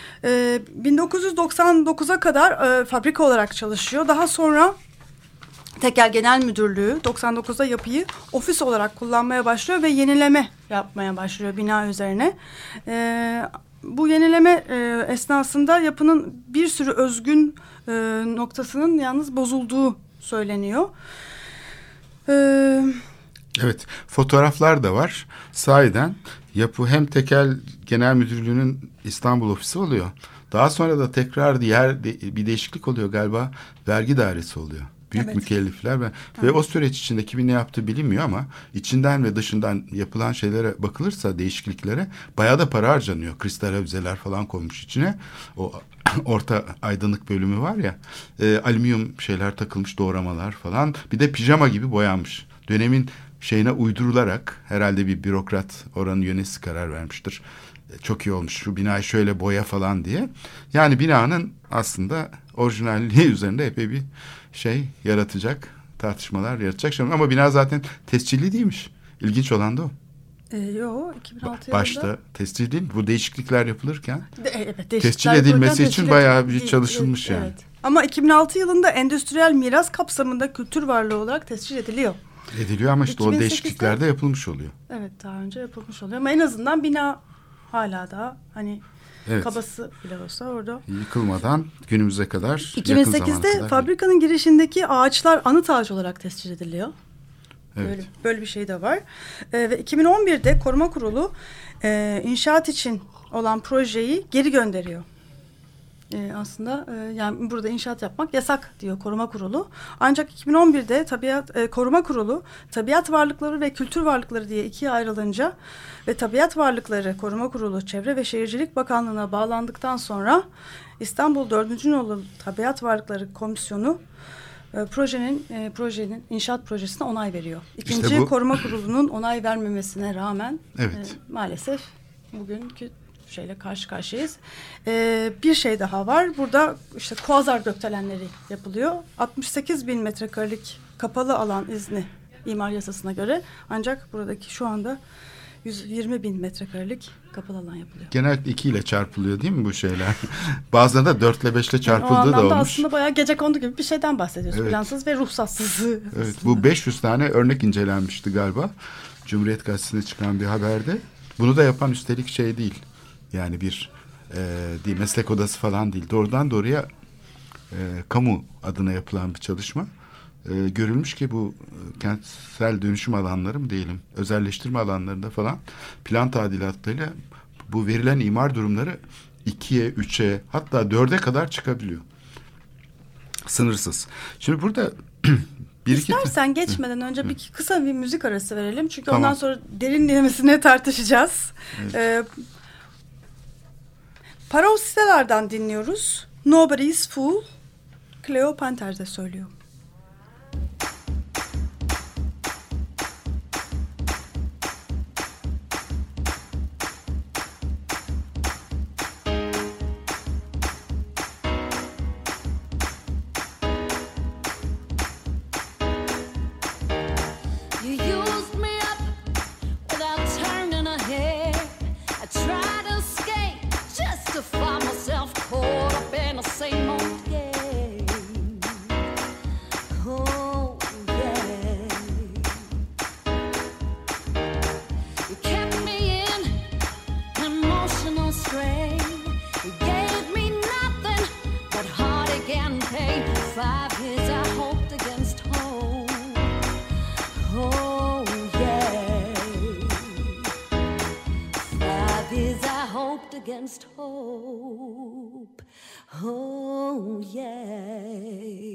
1999'a kadar fabrika olarak çalışıyor. Daha sonra Tekel Genel Müdürlüğü 99'da yapıyı ofis olarak kullanmaya başlıyor ve yenileme yapmaya başlıyor bina üzerine. Bu yenileme esnasında yapının bir sürü özgün noktasının yalnız bozulduğu söyleniyor. Evet, fotoğraflar da var. Sahiden yapı hem Tekel Genel Müdürlüğü'nün İstanbul ofisi oluyor. Daha sonra da tekrar bir değişiklik oluyor galiba. Vergi dairesi oluyor. Büyük mükellefler ve o süreç içinde kimin ne yaptığı bilinmiyor ama içinden ve dışından yapılan şeylere bakılırsa, değişikliklere bayağı da para harcanıyor. Kristal havizeler falan konmuş içine. O orta aydınlık bölümü var ya, alüminyum şeyler takılmış, doğramalar falan. Bir de pijama gibi boyanmış. Dönemin şeyine uydurularak, herhalde bir bürokrat oranın yöneticisi karar vermiştir. Çok iyi olmuş, şu binayı şöyle boya falan diye. Yani binanın aslında orijinalliği üzerinde epey bir şey yaratacak, tartışmalar yaratacak. Ama bina zaten tescilli değilmiş. İlginç olan da o. Yok, 2006 Başta yılında. tescil değil mi? Bu değişiklikler yapılırken Evet, tescil edilmesi için bayağı bir çalışılmış yani. Evet. Ama 2006 yılında endüstriyel miras kapsamında kültür varlığı olarak tescil ediliyor. Ediliyor ama işte o 2008'de değişiklikler de yapılmış oluyor. Evet, daha önce yapılmış oluyor. Ama en azından bina hala da hani Evet. kabası bile olsa orada. Yıkılmadan günümüze kadar, yakın zamana 2008'de kadar. fabrikanın girişindeki ağaçlar anıt ağaç olarak tescil ediliyor. Evet. Böyle bir şey de var. Ve 2011'de Koruma Kurulu inşaat için olan projeyi geri gönderiyor. Aslında yani burada inşaat yapmak yasak diyor Koruma Kurulu. Ancak 2011'de Koruma Kurulu tabiat varlıkları ve kültür varlıkları diye ikiye ayrılınca ve tabiat varlıkları Koruma Kurulu Çevre ve Şehircilik Bakanlığı'na bağlandıktan sonra İstanbul 4. Nolu Tabiat Varlıkları Komisyonu projenin inşaat projesine onay veriyor. İkinci İşte bu, Koruma Kurulu'nun onay vermemesine rağmen evet. Maalesef bugünkü şeyle karşı karşıyayız. Bir şey daha var. Burada işte kuazar gökdelenleri yapılıyor. 68 bin metrekarelik kapalı alan izni imar yasasına göre. Ancak buradaki şu anda 120 bin metrekarelik kapalı alan yapılıyor. Genellikle 2 ile çarpılıyor değil mi bu şeyler? Bazen de 4 ile 5 ile çarpıldığı yani da olmuş. aslında bayağı gecekondu gibi bir şeyden bahsediyoruz. Evet. Plansız ve ruhsatsız. Evet, bu 500 tane örnek incelenmişti galiba. Cumhuriyet Gazetesi'ne çıkan bir haberde. Bunu da yapan üstelik şey değil. Yani bir değil, meslek odası falan değil. Doğrudan doğruya kamu adına yapılan bir çalışma. Görülmüş ki bu kentsel dönüşüm alanları mı diyelim, özelleştirme alanlarında falan plan tadilatlarıyla bu verilen imar durumları 2'ye, 3'e hatta 4'e kadar çıkabiliyor. Sınırsız. Şimdi burada İstersen geçmeden önce bir kısa bir müzik arası verelim. Çünkü Tamam. ondan sonra derinlemesine tartışacağız. Evet. Parosistelerden dinliyoruz. Nobody's Fool. Cleo Panther de söylüyor. You used me up without turning a hair. I tried to escape just to find myself caught up in the same old game. Oh, yeah. You kept me in emotional strain. You gave me nothing but heartache and pain. 5 years I hoped against hope. Oh, yeah. 5 years I hoped against hope. Oh, yeah.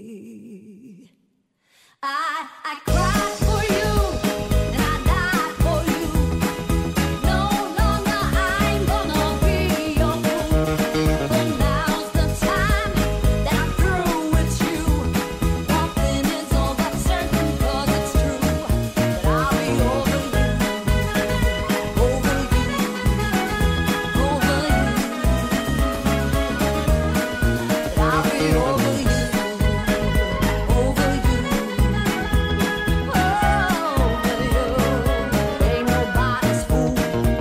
I cried for you and I died for you. No longer I'm gonna be your fool. But now's the time that I'm through with you. Nothing is all that certain 'cause it's true that I'll be over you, over you, over you. That I'll be over you, over you, over you. Ain't nobody's fool.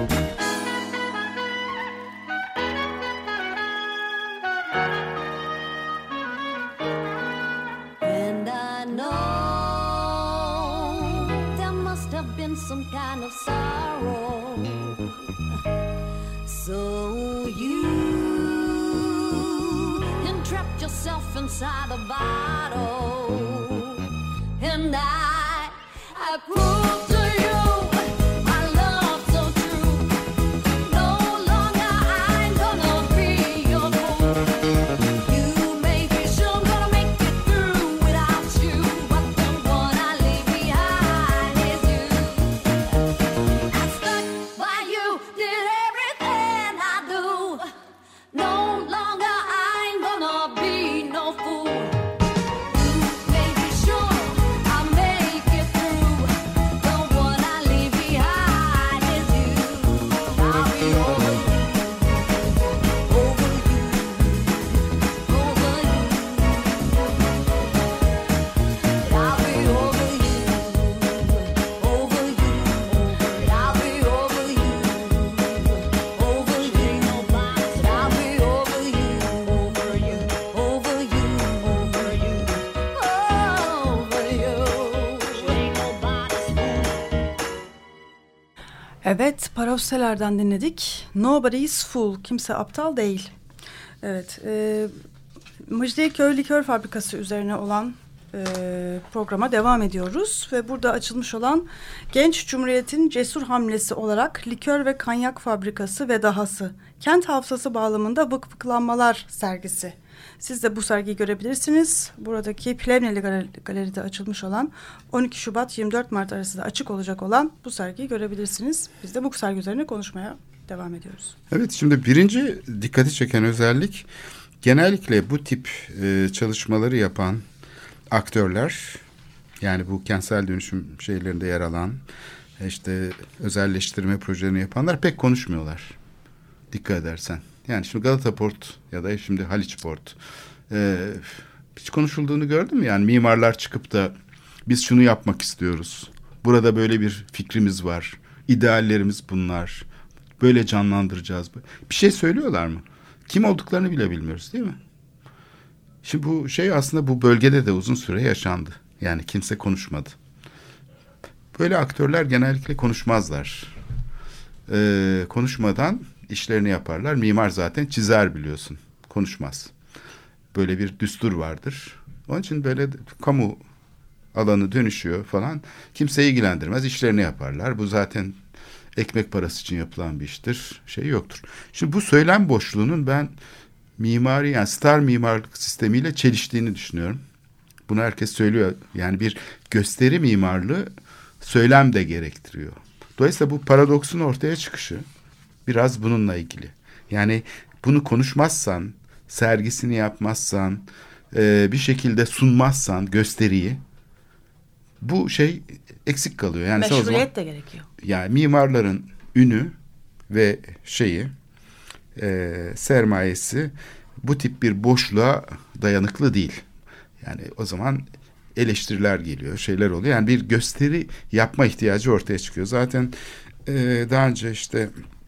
And I know there must have been some kind of sorrow. So you entrapped yourself inside a bottle. And I proved to you my love so true. No longer I'm gonna be your fool. You may be sure I'm gonna make it through without you, but the one I leave behind is you. I stuck by you, did everything I do. No longer I'm gonna be no fool. You may be sure I'll make it through. Evet, Parosseler'den dinledik. Nobody's Fool, kimse aptal değil. Evet, Mecidiyeköy Likör Fabrikası üzerine olan programa devam ediyoruz. Ve burada açılmış olan Genç Cumhuriyet'in cesur hamlesi olarak likör ve kanyak fabrikası ve dahası, kent hafızası bağlamında vıkvıklanmalar sergisi. Siz de bu sergiyi görebilirsiniz. Buradaki Plevneli Galeri'de açılmış olan 12 Şubat 24 Mart arasında açık olacak olan bu sergiyi görebilirsiniz. Biz de bu sergi üzerine konuşmaya devam ediyoruz. Evet, şimdi birinci dikkati çeken özellik, genellikle bu tip çalışmaları yapan aktörler, yani bu kentsel dönüşüm şeylerinde yer alan, işte özelleştirme projelerini yapanlar pek konuşmuyorlar. Dikkat edersen. Yani şimdi Galata Port ya da şimdi Haliç Port hiç konuşulduğunu gördün mü? Yani mimarlar çıkıp da biz şunu yapmak istiyoruz. Burada böyle bir fikrimiz var. İdeallerimiz bunlar. Böyle canlandıracağız. Bir şey söylüyorlar mı? Kim olduklarını bile bilmiyoruz, değil mi? Şimdi bu şey aslında bu bölgede de uzun süre yaşandı. Yani kimse konuşmadı. Böyle aktörler genellikle konuşmazlar. Konuşmadan işlerini yaparlar. Mimar zaten çizer, biliyorsun. Konuşmaz. Böyle bir düstur vardır. Onun için böyle kamu alanı dönüşüyor falan. Kimseyi ilgilendirmez. İşlerini yaparlar. Bu zaten ekmek parası için yapılan bir iştir. Şey yoktur. Şimdi bu söylem boşluğunun ben mimari, yani star mimarlık sistemiyle çeliştiğini düşünüyorum. Bunu herkes söylüyor. Yani bir gösteri mimarlığı söylem de gerektiriyor. Dolayısıyla bu paradoksun ortaya çıkışı biraz bununla ilgili. Yani bunu konuşmazsan, sergisini yapmazsan, bir şekilde sunmazsan gösteriyi, bu şey eksik kalıyor. Yani meşruiyet de gerekiyor. Yani mimarların ünü ve sermayesi bu tip bir boşluğa dayanıklı değil. Yani o zaman eleştiriler geliyor, şeyler oluyor. Yani bir gösteri yapma ihtiyacı ortaya çıkıyor. Zaten daha önce işte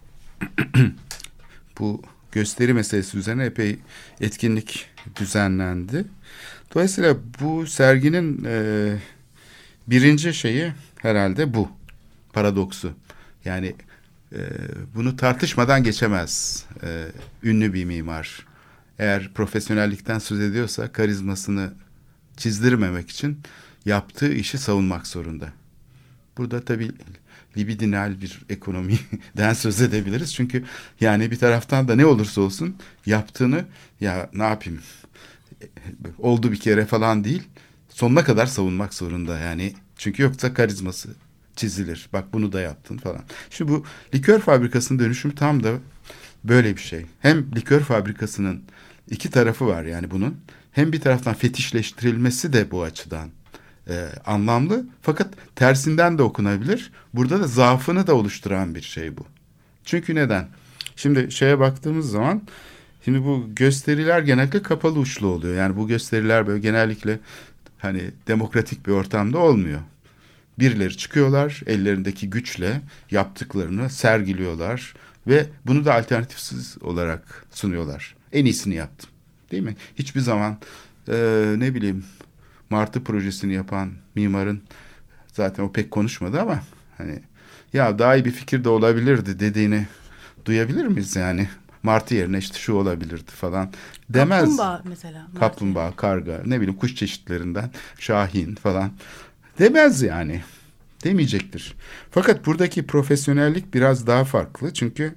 bu gösteri meselesi üzerine epey etkinlik düzenlendi. Dolayısıyla bu serginin birinci şeyi herhalde bu. Paradoksu. Yani bunu tartışmadan geçemez ünlü bir mimar. Eğer profesyonellikten söz ediyorsa karizmasını çizdirmemek için yaptığı işi savunmak zorunda. Burada tabii libidinal bir ekonomiden söz edebiliriz. Çünkü yani bir taraftan da ne olursa olsun yaptığını, ya ne yapayım, oldu bir kere falan değil, sonuna kadar savunmak zorunda. Yani çünkü yoksa karizması çizilir. Bak bunu da yaptın falan. Şimdi bu likör fabrikasının dönüşümü tam da böyle bir şey. Hem likör fabrikasının iki tarafı var yani bunun. Hem bir taraftan fetişleştirilmesi de bu açıdan anlamlı. Fakat tersinden de okunabilir. Burada da zaafını da oluşturan bir şey bu. Çünkü neden? Şimdi şeye baktığımız zaman, şimdi bu gösteriler genellikle kapalı uçlu oluyor. Yani bu gösteriler böyle genellikle hani demokratik bir ortamda olmuyor. Birileri çıkıyorlar, ellerindeki güçle yaptıklarını sergiliyorlar ve bunu da alternatifsiz olarak sunuyorlar. En iyisini yaptım, değil mi? Hiçbir zaman ne bileyim Martı projesini yapan mimarın, zaten o pek konuşmadı ama hani ya daha iyi bir fikir de olabilirdi dediğini duyabilir miyiz yani? Martı yerine işte şu olabilirdi falan demez. Kaplumbağa mesela. Kaplumbağa, karga, ne bileyim kuş çeşitlerinden şahin falan demez yani. Demeyecektir. Fakat buradaki profesyonellik biraz daha farklı. Çünkü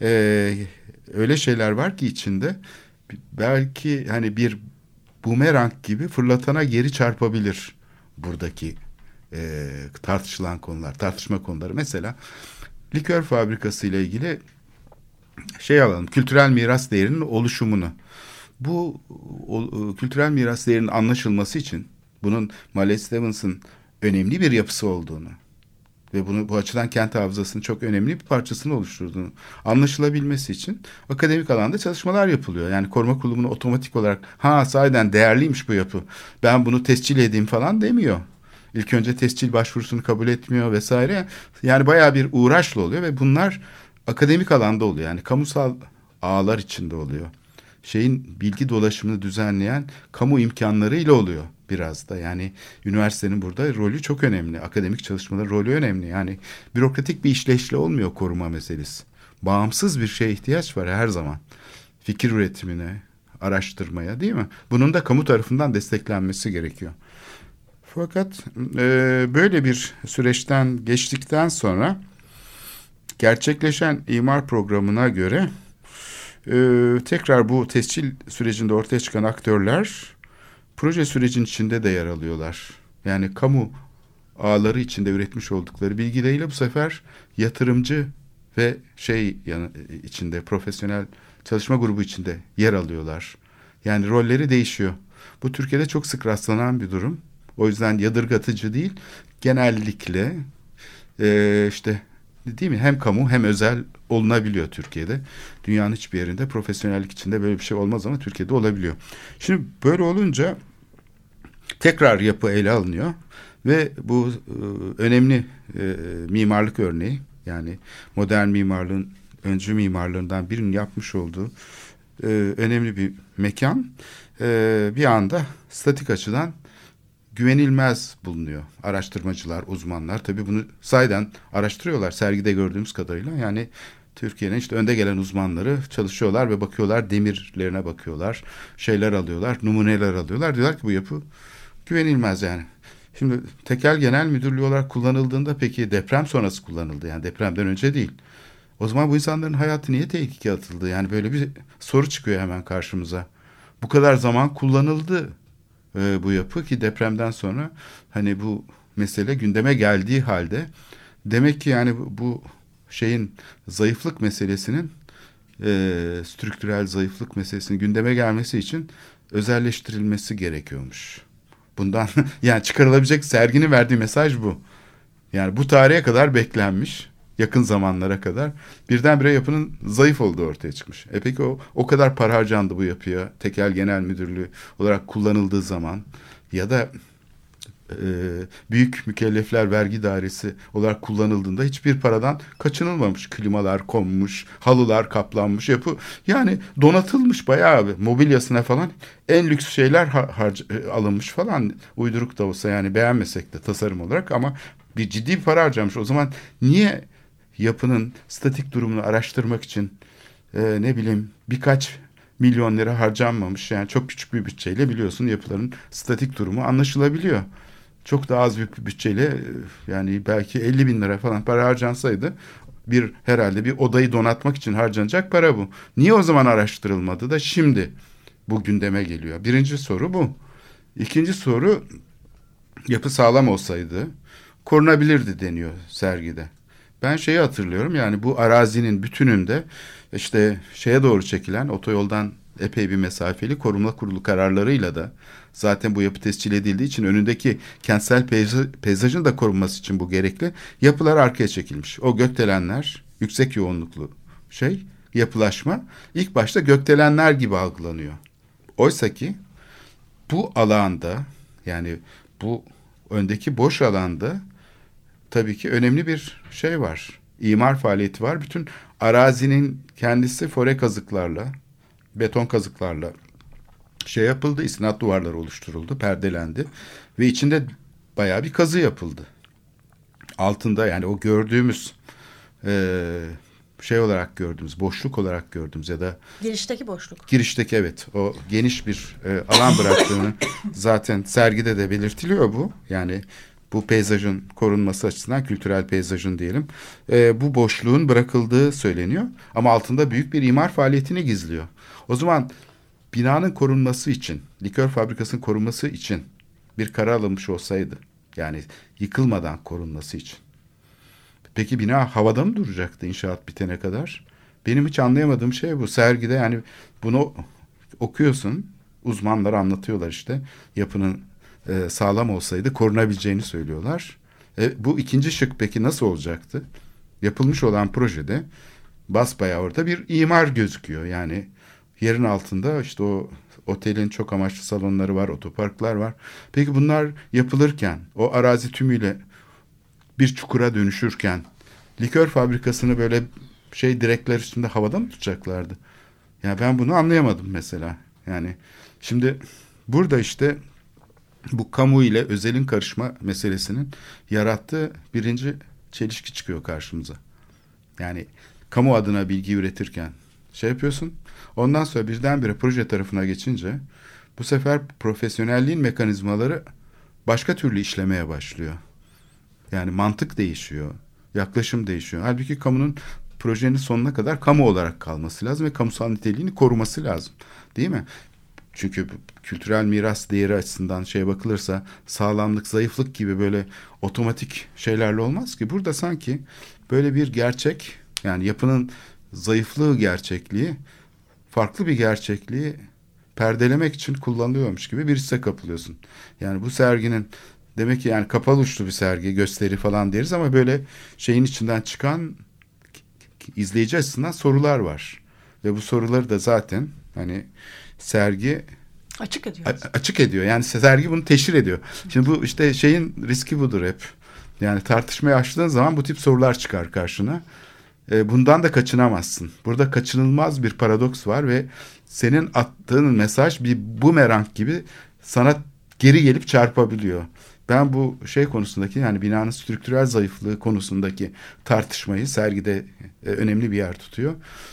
öyle şeyler var ki içinde belki hani bir bumerang gibi fırlatana geri çarpabilir buradaki tartışılan konular, tartışma konuları. Mesela likör fabrikası ile ilgili şey alalım, kültürel miras değerinin oluşumunu. Bu kültürel miras değerinin anlaşılması için bunun Mallet Stevens'ın önemli bir yapısı olduğunu ve bunu bu açıdan kent hafızasının çok önemli bir parçasını oluşturduğunu anlaşılabilmesi için akademik alanda çalışmalar yapılıyor. Yani koruma kurulumunu otomatik olarak sahiden değerliymiş bu yapı, ben bunu tescil edeyim falan demiyor. İlk önce tescil başvurusunu kabul etmiyor vesaire. Yani bayağı bir uğraşla oluyor ve bunlar akademik alanda oluyor. Yani kamusal ağlar içinde oluyor. Bilgi dolaşımını düzenleyen kamu imkanlarıyla oluyor. biraz da. Yani üniversitenin burada rolü çok önemli. Akademik çalışmaların rolü önemli. Yani bürokratik bir işleyişle olmuyor koruma meselesi. Bağımsız bir şeye ihtiyaç var her zaman. Fikir üretimine, araştırmaya, değil mi? Bunun da kamu tarafından desteklenmesi gerekiyor. Fakat böyle bir süreçten geçtikten sonra gerçekleşen imar programına göre tekrar bu tescil sürecinde ortaya çıkan aktörler proje sürecinin içinde de yer alıyorlar. Yani kamu ağları içinde üretmiş oldukları bilgileriyle bu sefer yatırımcı ve içinde profesyonel çalışma grubu içinde yer alıyorlar. Yani rolleri değişiyor. Bu Türkiye'de çok sık rastlanan bir durum. O yüzden yadırgatıcı değil. Genellikle işte değil mi? Hem kamu hem özel olunabiliyor Türkiye'de. Dünyanın hiçbir yerinde profesyonellik içinde böyle bir şey olmaz ama Türkiye'de olabiliyor. Şimdi böyle olunca tekrar yapı ele alınıyor ve bu önemli mimarlık örneği, yani modern mimarlığın öncü mimarlığından birinin yapmış olduğu önemli bir mekan bir anda statik açıdan güvenilmez bulunuyor. Araştırmacılar, uzmanlar tabii bunu sahiden araştırıyorlar sergide gördüğümüz kadarıyla. Yani Türkiye'nin işte önde gelen uzmanları çalışıyorlar ve bakıyorlar, demirlerine bakıyorlar, şeyler alıyorlar, numuneler alıyorlar. Diyorlar ki bu yapı güvenilmez yani. Şimdi Tekel Genel Müdürlüğü olarak kullanıldığında peki deprem sonrası kullanıldı, yani depremden önce değil. O zaman bu insanların hayatı niye tehlikeye atıldı? Yani böyle bir soru çıkıyor hemen karşımıza. Bu kadar zaman kullanıldı bu yapı ki depremden sonra hani bu mesele gündeme geldiği halde demek ki yani bu şeyin zayıflık meselesinin strüktürel zayıflık meselesinin gündeme gelmesi için özelleştirilmesi gerekiyormuş. Bundan yani çıkarılabilecek serginin verdiği mesaj bu. Yani bu tarihe kadar beklenmiş, yakın zamanlara kadar birdenbire yapının zayıf olduğu ortaya çıkmış. Peki o kadar para harcandı bu yapıya Tekel Genel Müdürlüğü olarak kullanıldığı zaman ya da büyük mükellefler vergi dairesi olarak kullanıldığında hiçbir paradan kaçınılmamış. Klimalar konmuş, halılar kaplanmış, yapı yani donatılmış bayağı bir mobilyasına falan en lüks şeyler alınmış falan, uyduruk da olsa yani beğenmesek de tasarım olarak ama bir ciddi bir para harcamış. O zaman niye yapının statik durumunu araştırmak için ne bileyim birkaç milyon lira harcanmamış? Yani çok küçük bir bütçeyle biliyorsun yapıların statik durumu anlaşılabiliyor. Çok daha az bir bütçeyle yani belki 50 bin lira falan para harcansaydı herhalde bir odayı donatmak için harcanacak para bu. Niye o zaman araştırılmadı da şimdi bu gündeme geliyor? Birinci soru bu. İkinci soru, yapı sağlam olsaydı korunabilirdi deniyor sergide. Ben şeyi hatırlıyorum, yani bu arazinin bütününde işte şeye doğru çekilen otoyoldan epey bir mesafeli koruma kurulu kararlarıyla da zaten bu yapı tescil edildiği için önündeki kentsel peyzajın da korunması için bu gerekli. Yapılar arkaya çekilmiş. O gökdelenler, yüksek yoğunluklu yapılaşma ilk başta gökdelenler gibi algılanıyor. Oysa ki bu alanda, yani bu öndeki boş alanda tabii ki önemli bir şey var. İmar faaliyeti var. Bütün arazinin kendisi fore kazıklarla, beton kazıklarla yapıldı. İstinat duvarları oluşturuldu, perdelendi ve içinde bayağı bir kazı yapıldı. Altında yani o gördüğümüz olarak gördüğümüz, boşluk olarak gördüğümüz ya da girişteki evet o geniş bir alan bıraktığını zaten sergide de belirtiliyor bu. Yani bu peyzajın korunması açısından, kültürel peyzajın diyelim, bu boşluğun bırakıldığı söyleniyor. Ama altında büyük bir imar faaliyetini gizliyor. O zaman binanın korunması için, likör fabrikasının korunması için bir karar alınmış olsaydı, yani yıkılmadan korunması için, peki bina havada mı duracaktı inşaat bitene kadar? Benim hiç anlayamadığım şey bu. Sergide yani bunu okuyorsun, uzmanlar anlatıyorlar işte, yapının sağlam olsaydı korunabileceğini söylüyorlar. Bu ikinci şık peki nasıl olacaktı? Yapılmış olan projede basbayağı orada bir imar gözüküyor. Yani yerin altında işte o otelin çok amaçlı salonları var, otoparklar var. Peki bunlar yapılırken, o arazi tümüyle bir çukura dönüşürken likör fabrikasını böyle direkler üstünde havada mı tutacaklardı? Yani ben bunu anlayamadım mesela. Yani şimdi burada işte bu kamu ile özelin karışma meselesinin yarattığı birinci çelişki çıkıyor karşımıza. Yani kamu adına bilgi üretirken şey yapıyorsun. Ondan sonra birdenbire proje tarafına geçince bu sefer profesyonelliğin mekanizmaları başka türlü işlemeye başlıyor. Yani mantık değişiyor, yaklaşım değişiyor. Halbuki kamunun projenin sonuna kadar kamu olarak kalması lazım ve kamusal niteliğini koruması lazım. Değil mi? Çünkü kültürel miras değeri açısından şeye bakılırsa sağlamlık, zayıflık gibi böyle otomatik şeylerle olmaz ki. Burada sanki böyle bir gerçek, yani yapının zayıflığı gerçekliği, farklı bir gerçekliği perdelemek için kullanılıyormuş gibi bir hisse kapılıyorsun. Yani bu serginin demek ki yani kapalı uçlu bir sergi, gösteri falan deriz ama böyle şeyin içinden çıkan izleyici açısından sorular var. Ve bu soruları da zaten hani sergi açık ediyor. Yani sergi bunu teşhir ediyor. Şimdi bu işte şeyin riski budur hep. Yani tartışmayı açtığın zaman bu tip sorular çıkar karşına. Bundan da kaçınamazsın. Burada kaçınılmaz bir paradoks var ve senin attığın mesaj bir bumerang gibi sana geri gelip çarpabiliyor. Ben bu şey konusundaki, yani binanın strüktürel zayıflığı konusundaki tartışmayı sergide önemli bir yer tutuyor.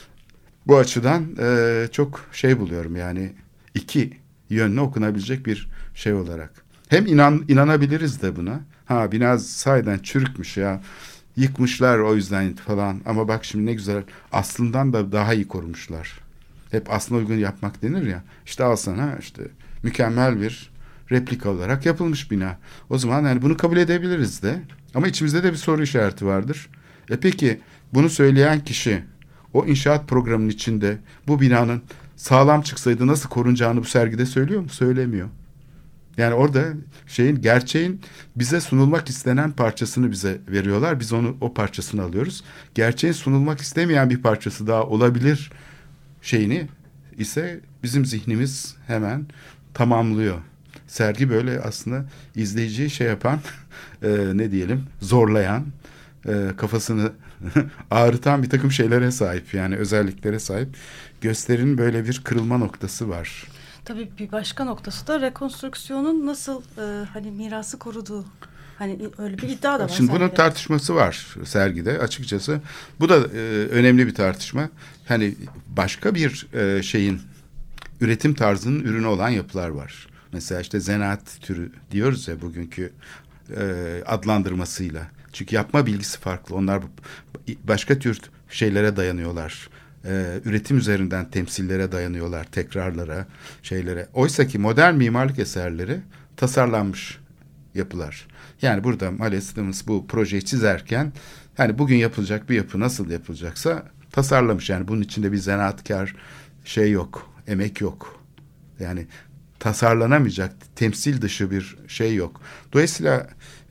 Bu açıdan çok şey buluyorum, yani iki yönlü okunabilecek bir şey olarak. Hem inanabiliriz de buna. Ha, bina sahiden çürükmüş ya, yıkmışlar o yüzden falan, ama bak şimdi ne güzel, aslından da daha iyi korumuşlar. Hep aslına uygun yapmak denir ya. İşte al sana işte mükemmel bir replika olarak yapılmış bina. O zaman yani bunu kabul edebiliriz de. Ama içimizde de bir soru işareti vardır. Peki bunu söyleyen kişi o inşaat programının içinde bu binanın sağlam çıksaydı nasıl korunacağını bu sergide söylüyor mu? Söylemiyor. Yani orada gerçeğin bize sunulmak istenen parçasını bize veriyorlar. Biz o parçasını alıyoruz. Gerçeğin sunulmak istemeyen bir parçası daha olabilir şeyini ise bizim zihnimiz hemen tamamlıyor. Sergi böyle aslında izleyiciyi şey yapan, ne diyelim, zorlayan, kafasını ağrıtan bir takım şeylere sahip, yani özelliklere sahip. Gösterinin böyle bir kırılma noktası var. Tabii bir başka noktası da rekonstrüksiyonun nasıl hani mirası koruduğu. Hani öyle bir iddia da var. Şimdi bunun tartışması var sergide açıkçası. Bu da önemli bir tartışma. Hani başka bir şeyin üretim tarzının ürünü olan yapılar var. Mesela işte zanaat türü diyoruz ya bugünkü adlandırmasıyla. Çünkü yapma bilgisi farklı. Onlar başka tür şeylere dayanıyorlar. Üretim üzerinden temsillere dayanıyorlar, tekrarlara, şeylere. Oysa ki modern mimarlık eserleri tasarlanmış yapılar. Yani burada Mallet Stevens bu projeyi çizerken, hani bugün yapılacak bir yapı nasıl yapılacaksa tasarlamış. Yani bunun içinde bir zanaatkar şey yok, emek yok. Yani tasarlanamayacak, temsil dışı bir şey yok. Dolayısıyla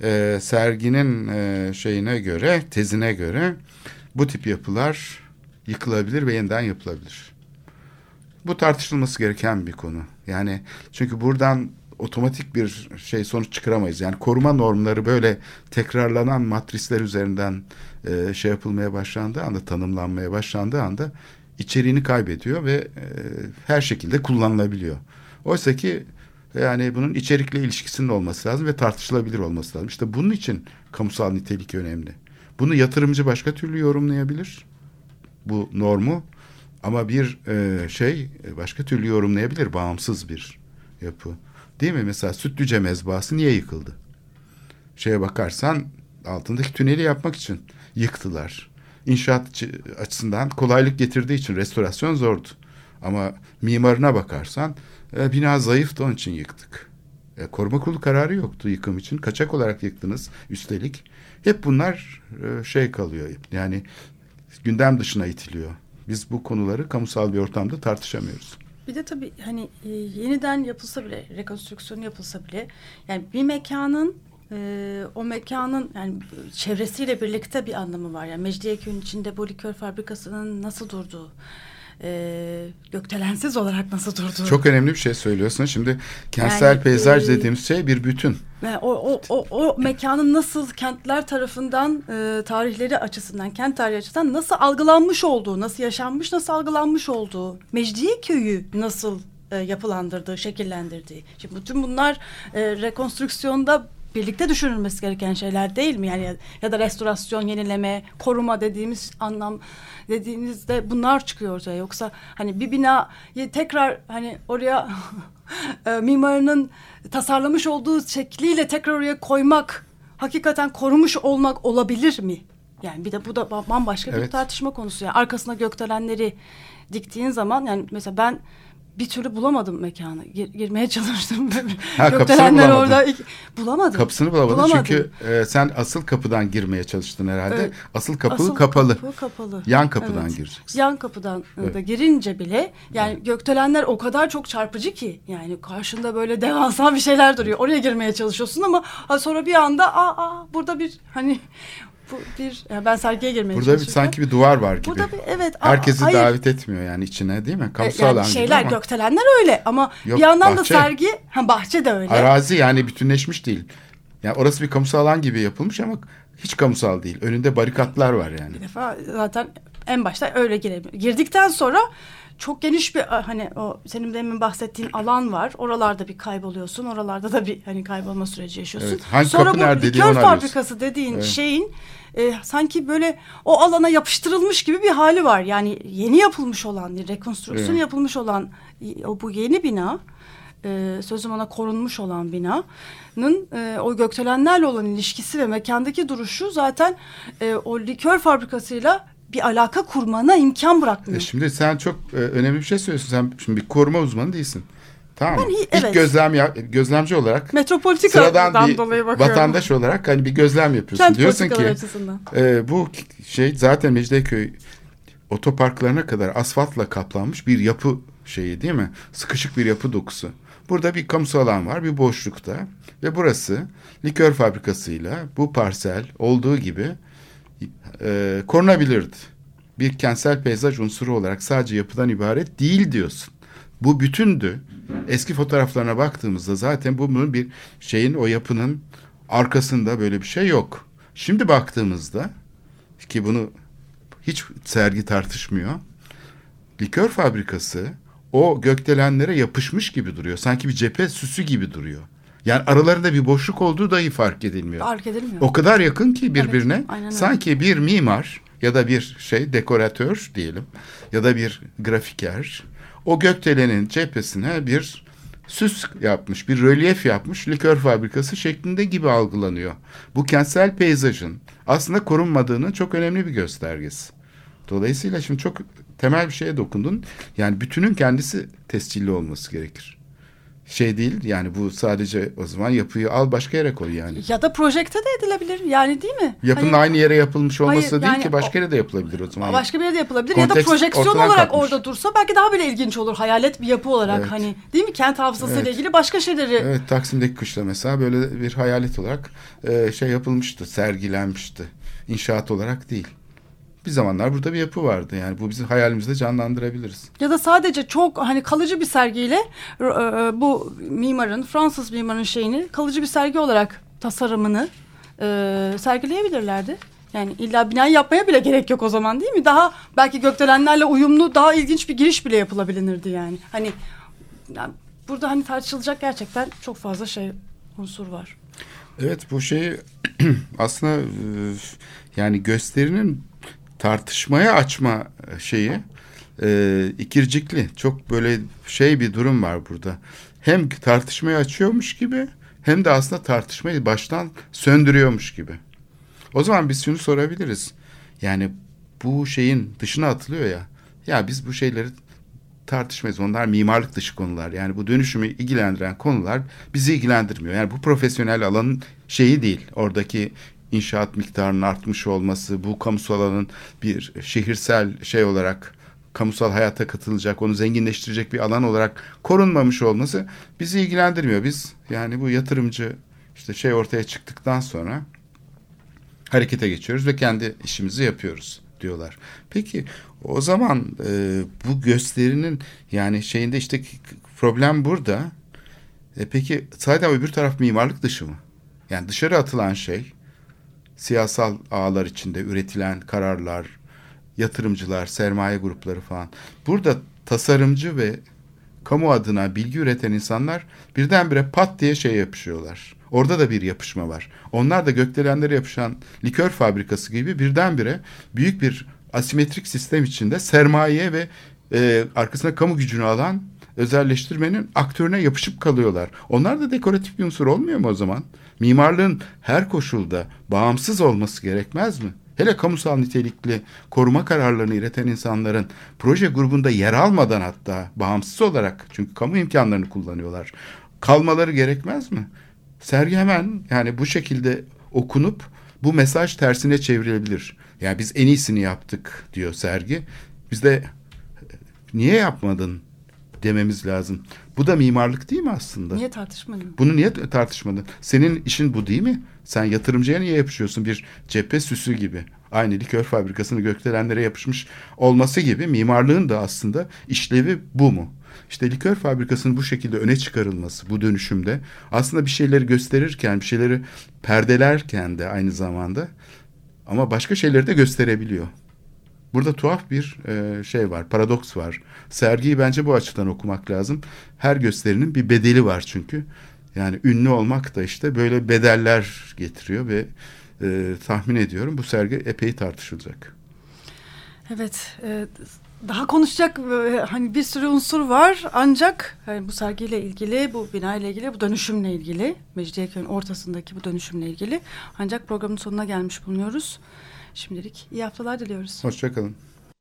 serginin şeyine göre, tezine göre bu tip yapılar yıkılabilir ve yeniden yapılabilir. Bu tartışılması gereken bir konu. Yani çünkü buradan otomatik bir sonuç çıkaramayız. Yani koruma normları böyle tekrarlanan matrisler üzerinden şey yapılmaya başlandığı anda, tanımlanmaya başlandığı anda içeriğini kaybediyor ve her şekilde kullanılabiliyor. Oysa ki yani bunun içerikle ilişkisinin olması lazım ve tartışılabilir olması lazım. İşte bunun için kamusal nitelik önemli. Bunu yatırımcı başka türlü yorumlayabilir, bu normu, ama bir başka türlü yorumlayabilir, bağımsız bir yapı. Değil mi? Mesela Sütlüce Mezbahası niye yıkıldı? Şeye bakarsan altındaki tüneli yapmak için yıktılar. İnşaat açısından kolaylık getirdiği için restorasyon zordu. Ama mimarına bakarsan bina zayıftı, onun için yıktık. Koruma kurulu kararı yoktu yıkım için. Kaçak olarak yıktınız üstelik. Hep bunlar kalıyor. Yani gündem dışına itiliyor. Biz bu konuları kamusal bir ortamda tartışamıyoruz. Bir de tabii hani yeniden yapılsa bile, rekonstrüksiyon yapılsa bile, yani bir mekanın o mekanın yani çevresiyle birlikte bir anlamı var. Yani Mecidiyeköy'ün içinde bu likör fabrikasının nasıl durduğu, gökdelensiz olarak nasıl durduğu. Çok önemli bir şey söylüyorsun. Şimdi kentsel peyzaj dediğimiz şey bir bütün. Yani o mekanın nasıl kentler tarafından tarihleri açısından, kent tarihi açısından nasıl algılanmış olduğu, nasıl yaşanmış, nasıl algılanmış olduğu, Mecidiyeköy'ü nasıl yapılandırdığı, şekillendirdiği. Şimdi bütün bunlar rekonstrüksiyonda birlikte düşünülmesi gereken şeyler değil mi? Yani ya da restorasyon, yenileme, koruma dediğimiz anlam dediğimizde bunlar çıkıyor ortaya. Yoksa hani bir binayı tekrar hani oraya mimarının tasarlamış olduğu şekliyle tekrar oraya koymak, hakikaten korumuş olmak olabilir mi? Yani bir de bu da bambaşka bir Evet. tartışma konusu. Yani arkasına gökdelenleri diktiğin zaman, yani mesela ben bir türlü bulamadım mekanı. Girmeye çalıştım. Kapısını bulamadın. orada bulamadım. Kapısını bulamadın Bulamadım. çünkü sen asıl kapıdan girmeye çalıştın herhalde. Evet. Asıl kapı Asıl kapalı. kapı kapalı. Yan kapıdan Evet. gireceksin. Yan kapıdan da girince bile yani gökdelenler o kadar çok çarpıcı ki, yani karşında böyle devasa bir şeyler duruyor. Oraya girmeye çalışıyorsun ama sonra bir anda burada bir hani bu bir, yani ben sergiye girmeye Burada çalışıyorum. sanki bir duvar var gibi. Burada bir, evet. Herkesi hayır. davet etmiyor yani içine, değil mi? Kamusal Yani alan gibi şeyler, ama gökdelenler öyle ama Yok, bir yandan bahçe. da sergi, bahçe de öyle. arazi yani bütünleşmiş değil. Yani orası bir kamusal alan gibi yapılmış ama hiç kamusal değil. Önünde barikatlar var yani. Bir defa zaten en başta öyle girdikten sonra çok geniş bir, hani o senin demin bahsettiğin alan var. Oralarda bir kayboluyorsun. Oralarda da bir hani kaybolma süreci yaşıyorsun. Evet. Hangi sonra kapı bu nerede diye likör onu arıyorsun. fabrikası dediğin Evet. şeyin sanki böyle o alana yapıştırılmış gibi bir hali var. Yani yeni yapılmış olan, rekonstrüksiyon Evet. yapılmış olan bu yeni bina, sözüm ona korunmuş olan binanın o gökdelenlerle olan ilişkisi ve mekandaki duruşu zaten o likör fabrikasıyla bir alaka kurmana imkan bırakmıyor. Şimdi sen çok önemli bir şey söylüyorsun. Sen şimdi bir koruma uzmanı değilsin. Tamam mı? Ben İlk evet. gözlemci olarak sıradan Metropolitika'dan bir dolayı bakıyorum. vatandaş olarak hani bir gözlem yapıyorsun. Kent Diyorsun politikaları ki açısından. bu şey zaten Mecidiyeköy otoparklarına kadar asfaltla kaplanmış bir yapı şeyi, değil mi? Sıkışık bir yapı dokusu. Burada bir kamusal alan var, bir boşlukta ve burası likör fabrikasıyla bu parsel olduğu gibi korunabilirdi. Bir kentsel peyzaj unsuru olarak sadece yapıdan ibaret değil diyorsun. Bu bütündü. Eski fotoğraflarına baktığımızda zaten bunun bir şeyin, o yapının arkasında böyle bir şey yok. Şimdi baktığımızda ki bunu hiç sergi tartışmıyor. Likör fabrikası o gökdelenlere yapışmış gibi duruyor. Sanki bir cephe süsü gibi duruyor. Yani aralarında bir boşluk olduğu dahi fark edilmiyor. Fark edilmiyor. O kadar yakın ki birbirine. Evet, aynen öyle. Sanki bir mimar ya da bir dekoratör diyelim ya da bir grafiker o gökdelenin cephesine bir süs yapmış, bir rölyef yapmış, likör fabrikası şeklinde gibi algılanıyor. Bu kentsel peyzajın aslında korunmadığının çok önemli bir göstergesi. Dolayısıyla şimdi çok temel bir şeye dokundun. Yani bütünün kendisi tescilli olması gerekir. Değil yani, bu sadece o zaman yapıyı al başka yere koy yani. Ya da projekte de edilebilir yani, değil mi? Yapının Hani aynı yere yapılmış olması Hayır, değil yani ki, başka yere de yapılabilir o zaman. başka bir yerde yapılabilir ya da Kontekst projeksiyon ortadan olarak kalkmış. orada dursa belki daha bile ilginç olur. Hayalet bir yapı olarak, Evet. hani değil mi? Kent hafızasıyla Evet. ilgili başka şeyleri. Evet, Taksim'deki kışla mesela böyle bir hayalet olarak yapılmıştı, sergilenmişti. İnşaat olarak değil. Bir zamanlar burada bir yapı vardı. Yani bu bizim hayalimizde canlandırabiliriz. Ya da sadece çok hani kalıcı bir sergiyle bu mimarın, Fransız mimarın şeyini kalıcı bir sergi olarak tasarımını sergileyebilirlerdi. Yani illa binayı yapmaya bile gerek yok o zaman, değil mi? Daha belki gökdelenlerle uyumlu, daha ilginç bir giriş bile yapılabilirdi yani. Hani yani burada hani tartışılacak gerçekten çok fazla unsur var. Evet, bu aslında yani gösterinin tartışmaya açma ikircikli. Çok böyle bir durum var burada. Hem tartışmayı açıyormuş gibi hem de aslında tartışmayı baştan söndürüyormuş gibi. O zaman biz şunu sorabiliriz. Yani bu dışına atılıyor ya. Ya biz bu şeyleri tartışmayız. Onlar mimarlık dışı konular. Yani bu dönüşümü ilgilendiren konular bizi ilgilendirmiyor. Yani bu profesyonel alanın değil. Oradaki inşaat miktarının artmış olması, bu kamusal alanın bir şehirsel olarak kamusal hayata katılacak, onu zenginleştirecek bir alan olarak korunmamış olması bizi ilgilendirmiyor. Biz yani bu yatırımcı ortaya çıktıktan sonra harekete geçiyoruz ve kendi işimizi yapıyoruz diyorlar. Peki o zaman bu gösterinin problem burada. Peki sadece öbür taraf mimarlık dışı mı? Yani dışarı atılan siyasal ağlar içinde üretilen kararlar, yatırımcılar, sermaye grupları falan. Burada tasarımcı ve kamu adına bilgi üreten insanlar birdenbire pat diye yapışıyorlar. Orada da bir yapışma var. Onlar da gökdelenlere yapışan likör fabrikası gibi birdenbire büyük bir asimetrik sistem içinde sermaye ve arkasına kamu gücünü alan özelleştirmenin aktörüne yapışıp kalıyorlar. Onlar da dekoratif bir unsur olmuyor mu o zaman? Mimarlığın her koşulda bağımsız olması gerekmez mi? Hele kamusal nitelikli koruma kararlarını üreten insanların proje grubunda yer almadan, hatta bağımsız olarak, çünkü kamu imkanlarını kullanıyorlar, kalmaları gerekmez mi? Sergi hemen yani bu şekilde okunup bu mesaj tersine çevrilebilir. Yani biz en iyisini yaptık diyor sergi. Biz de niye yapmadın dememiz lazım. Bu da mimarlık değil mi aslında? Niye tartışmadın? Bunu niye tartışmadın? Senin işin bu değil mi? Sen yatırımcıya niye yapışıyorsun? Bir cephe süsü gibi. Aynı likör fabrikasının gökdelenlere yapışmış olması gibi mimarlığın da aslında işlevi bu mu? İşte likör fabrikasının bu şekilde öne çıkarılması, bu dönüşümde aslında bir şeyleri gösterirken, bir şeyleri perdelerken de aynı zamanda, ama başka şeyleri de gösterebiliyor. Burada tuhaf bir var, paradoks var. Sergiyi bence bu açıdan okumak lazım. Her gösterinin bir bedeli var çünkü. Yani ünlü olmak da işte böyle bedeller getiriyor ve tahmin ediyorum bu sergi epey tartışılacak. Evet, daha konuşacak hani bir sürü unsur var, ancak bu sergiyle ilgili, bu binayla ilgili, bu dönüşümle ilgili, Mecidiyeköy'ün ortasındaki bu dönüşümle ilgili, ancak programın sonuna gelmiş bulunuyoruz. Şimdilik iyi haftalar diliyoruz. Hoşça kalın.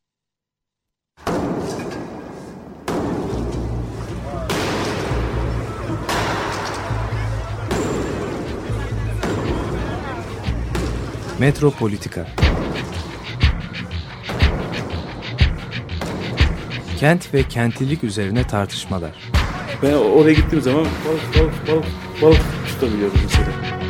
Metropolitika. Kent ve kentlilik üzerine tartışmalar. Ben oraya gittiğim zaman balık tutabiliyordum mesela.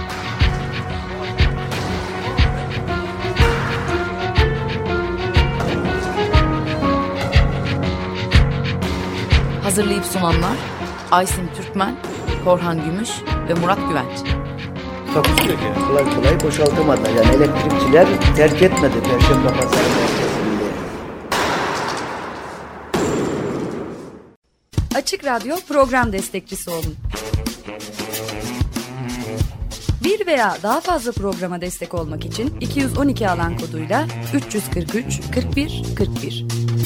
Hazırlayıp sunanlar Aysin Türkmen, Korhan Gümüş ve Murat Güvenç. Takusu yok yani. Kolay kolay boşaltamadı. Yani elektrikçiler terk etmedi Perşembe Pazarı merkezinde. Açık Radyo program destekçisi olun. Bir veya daha fazla programa destek olmak için 212 alan koduyla 343 41 41.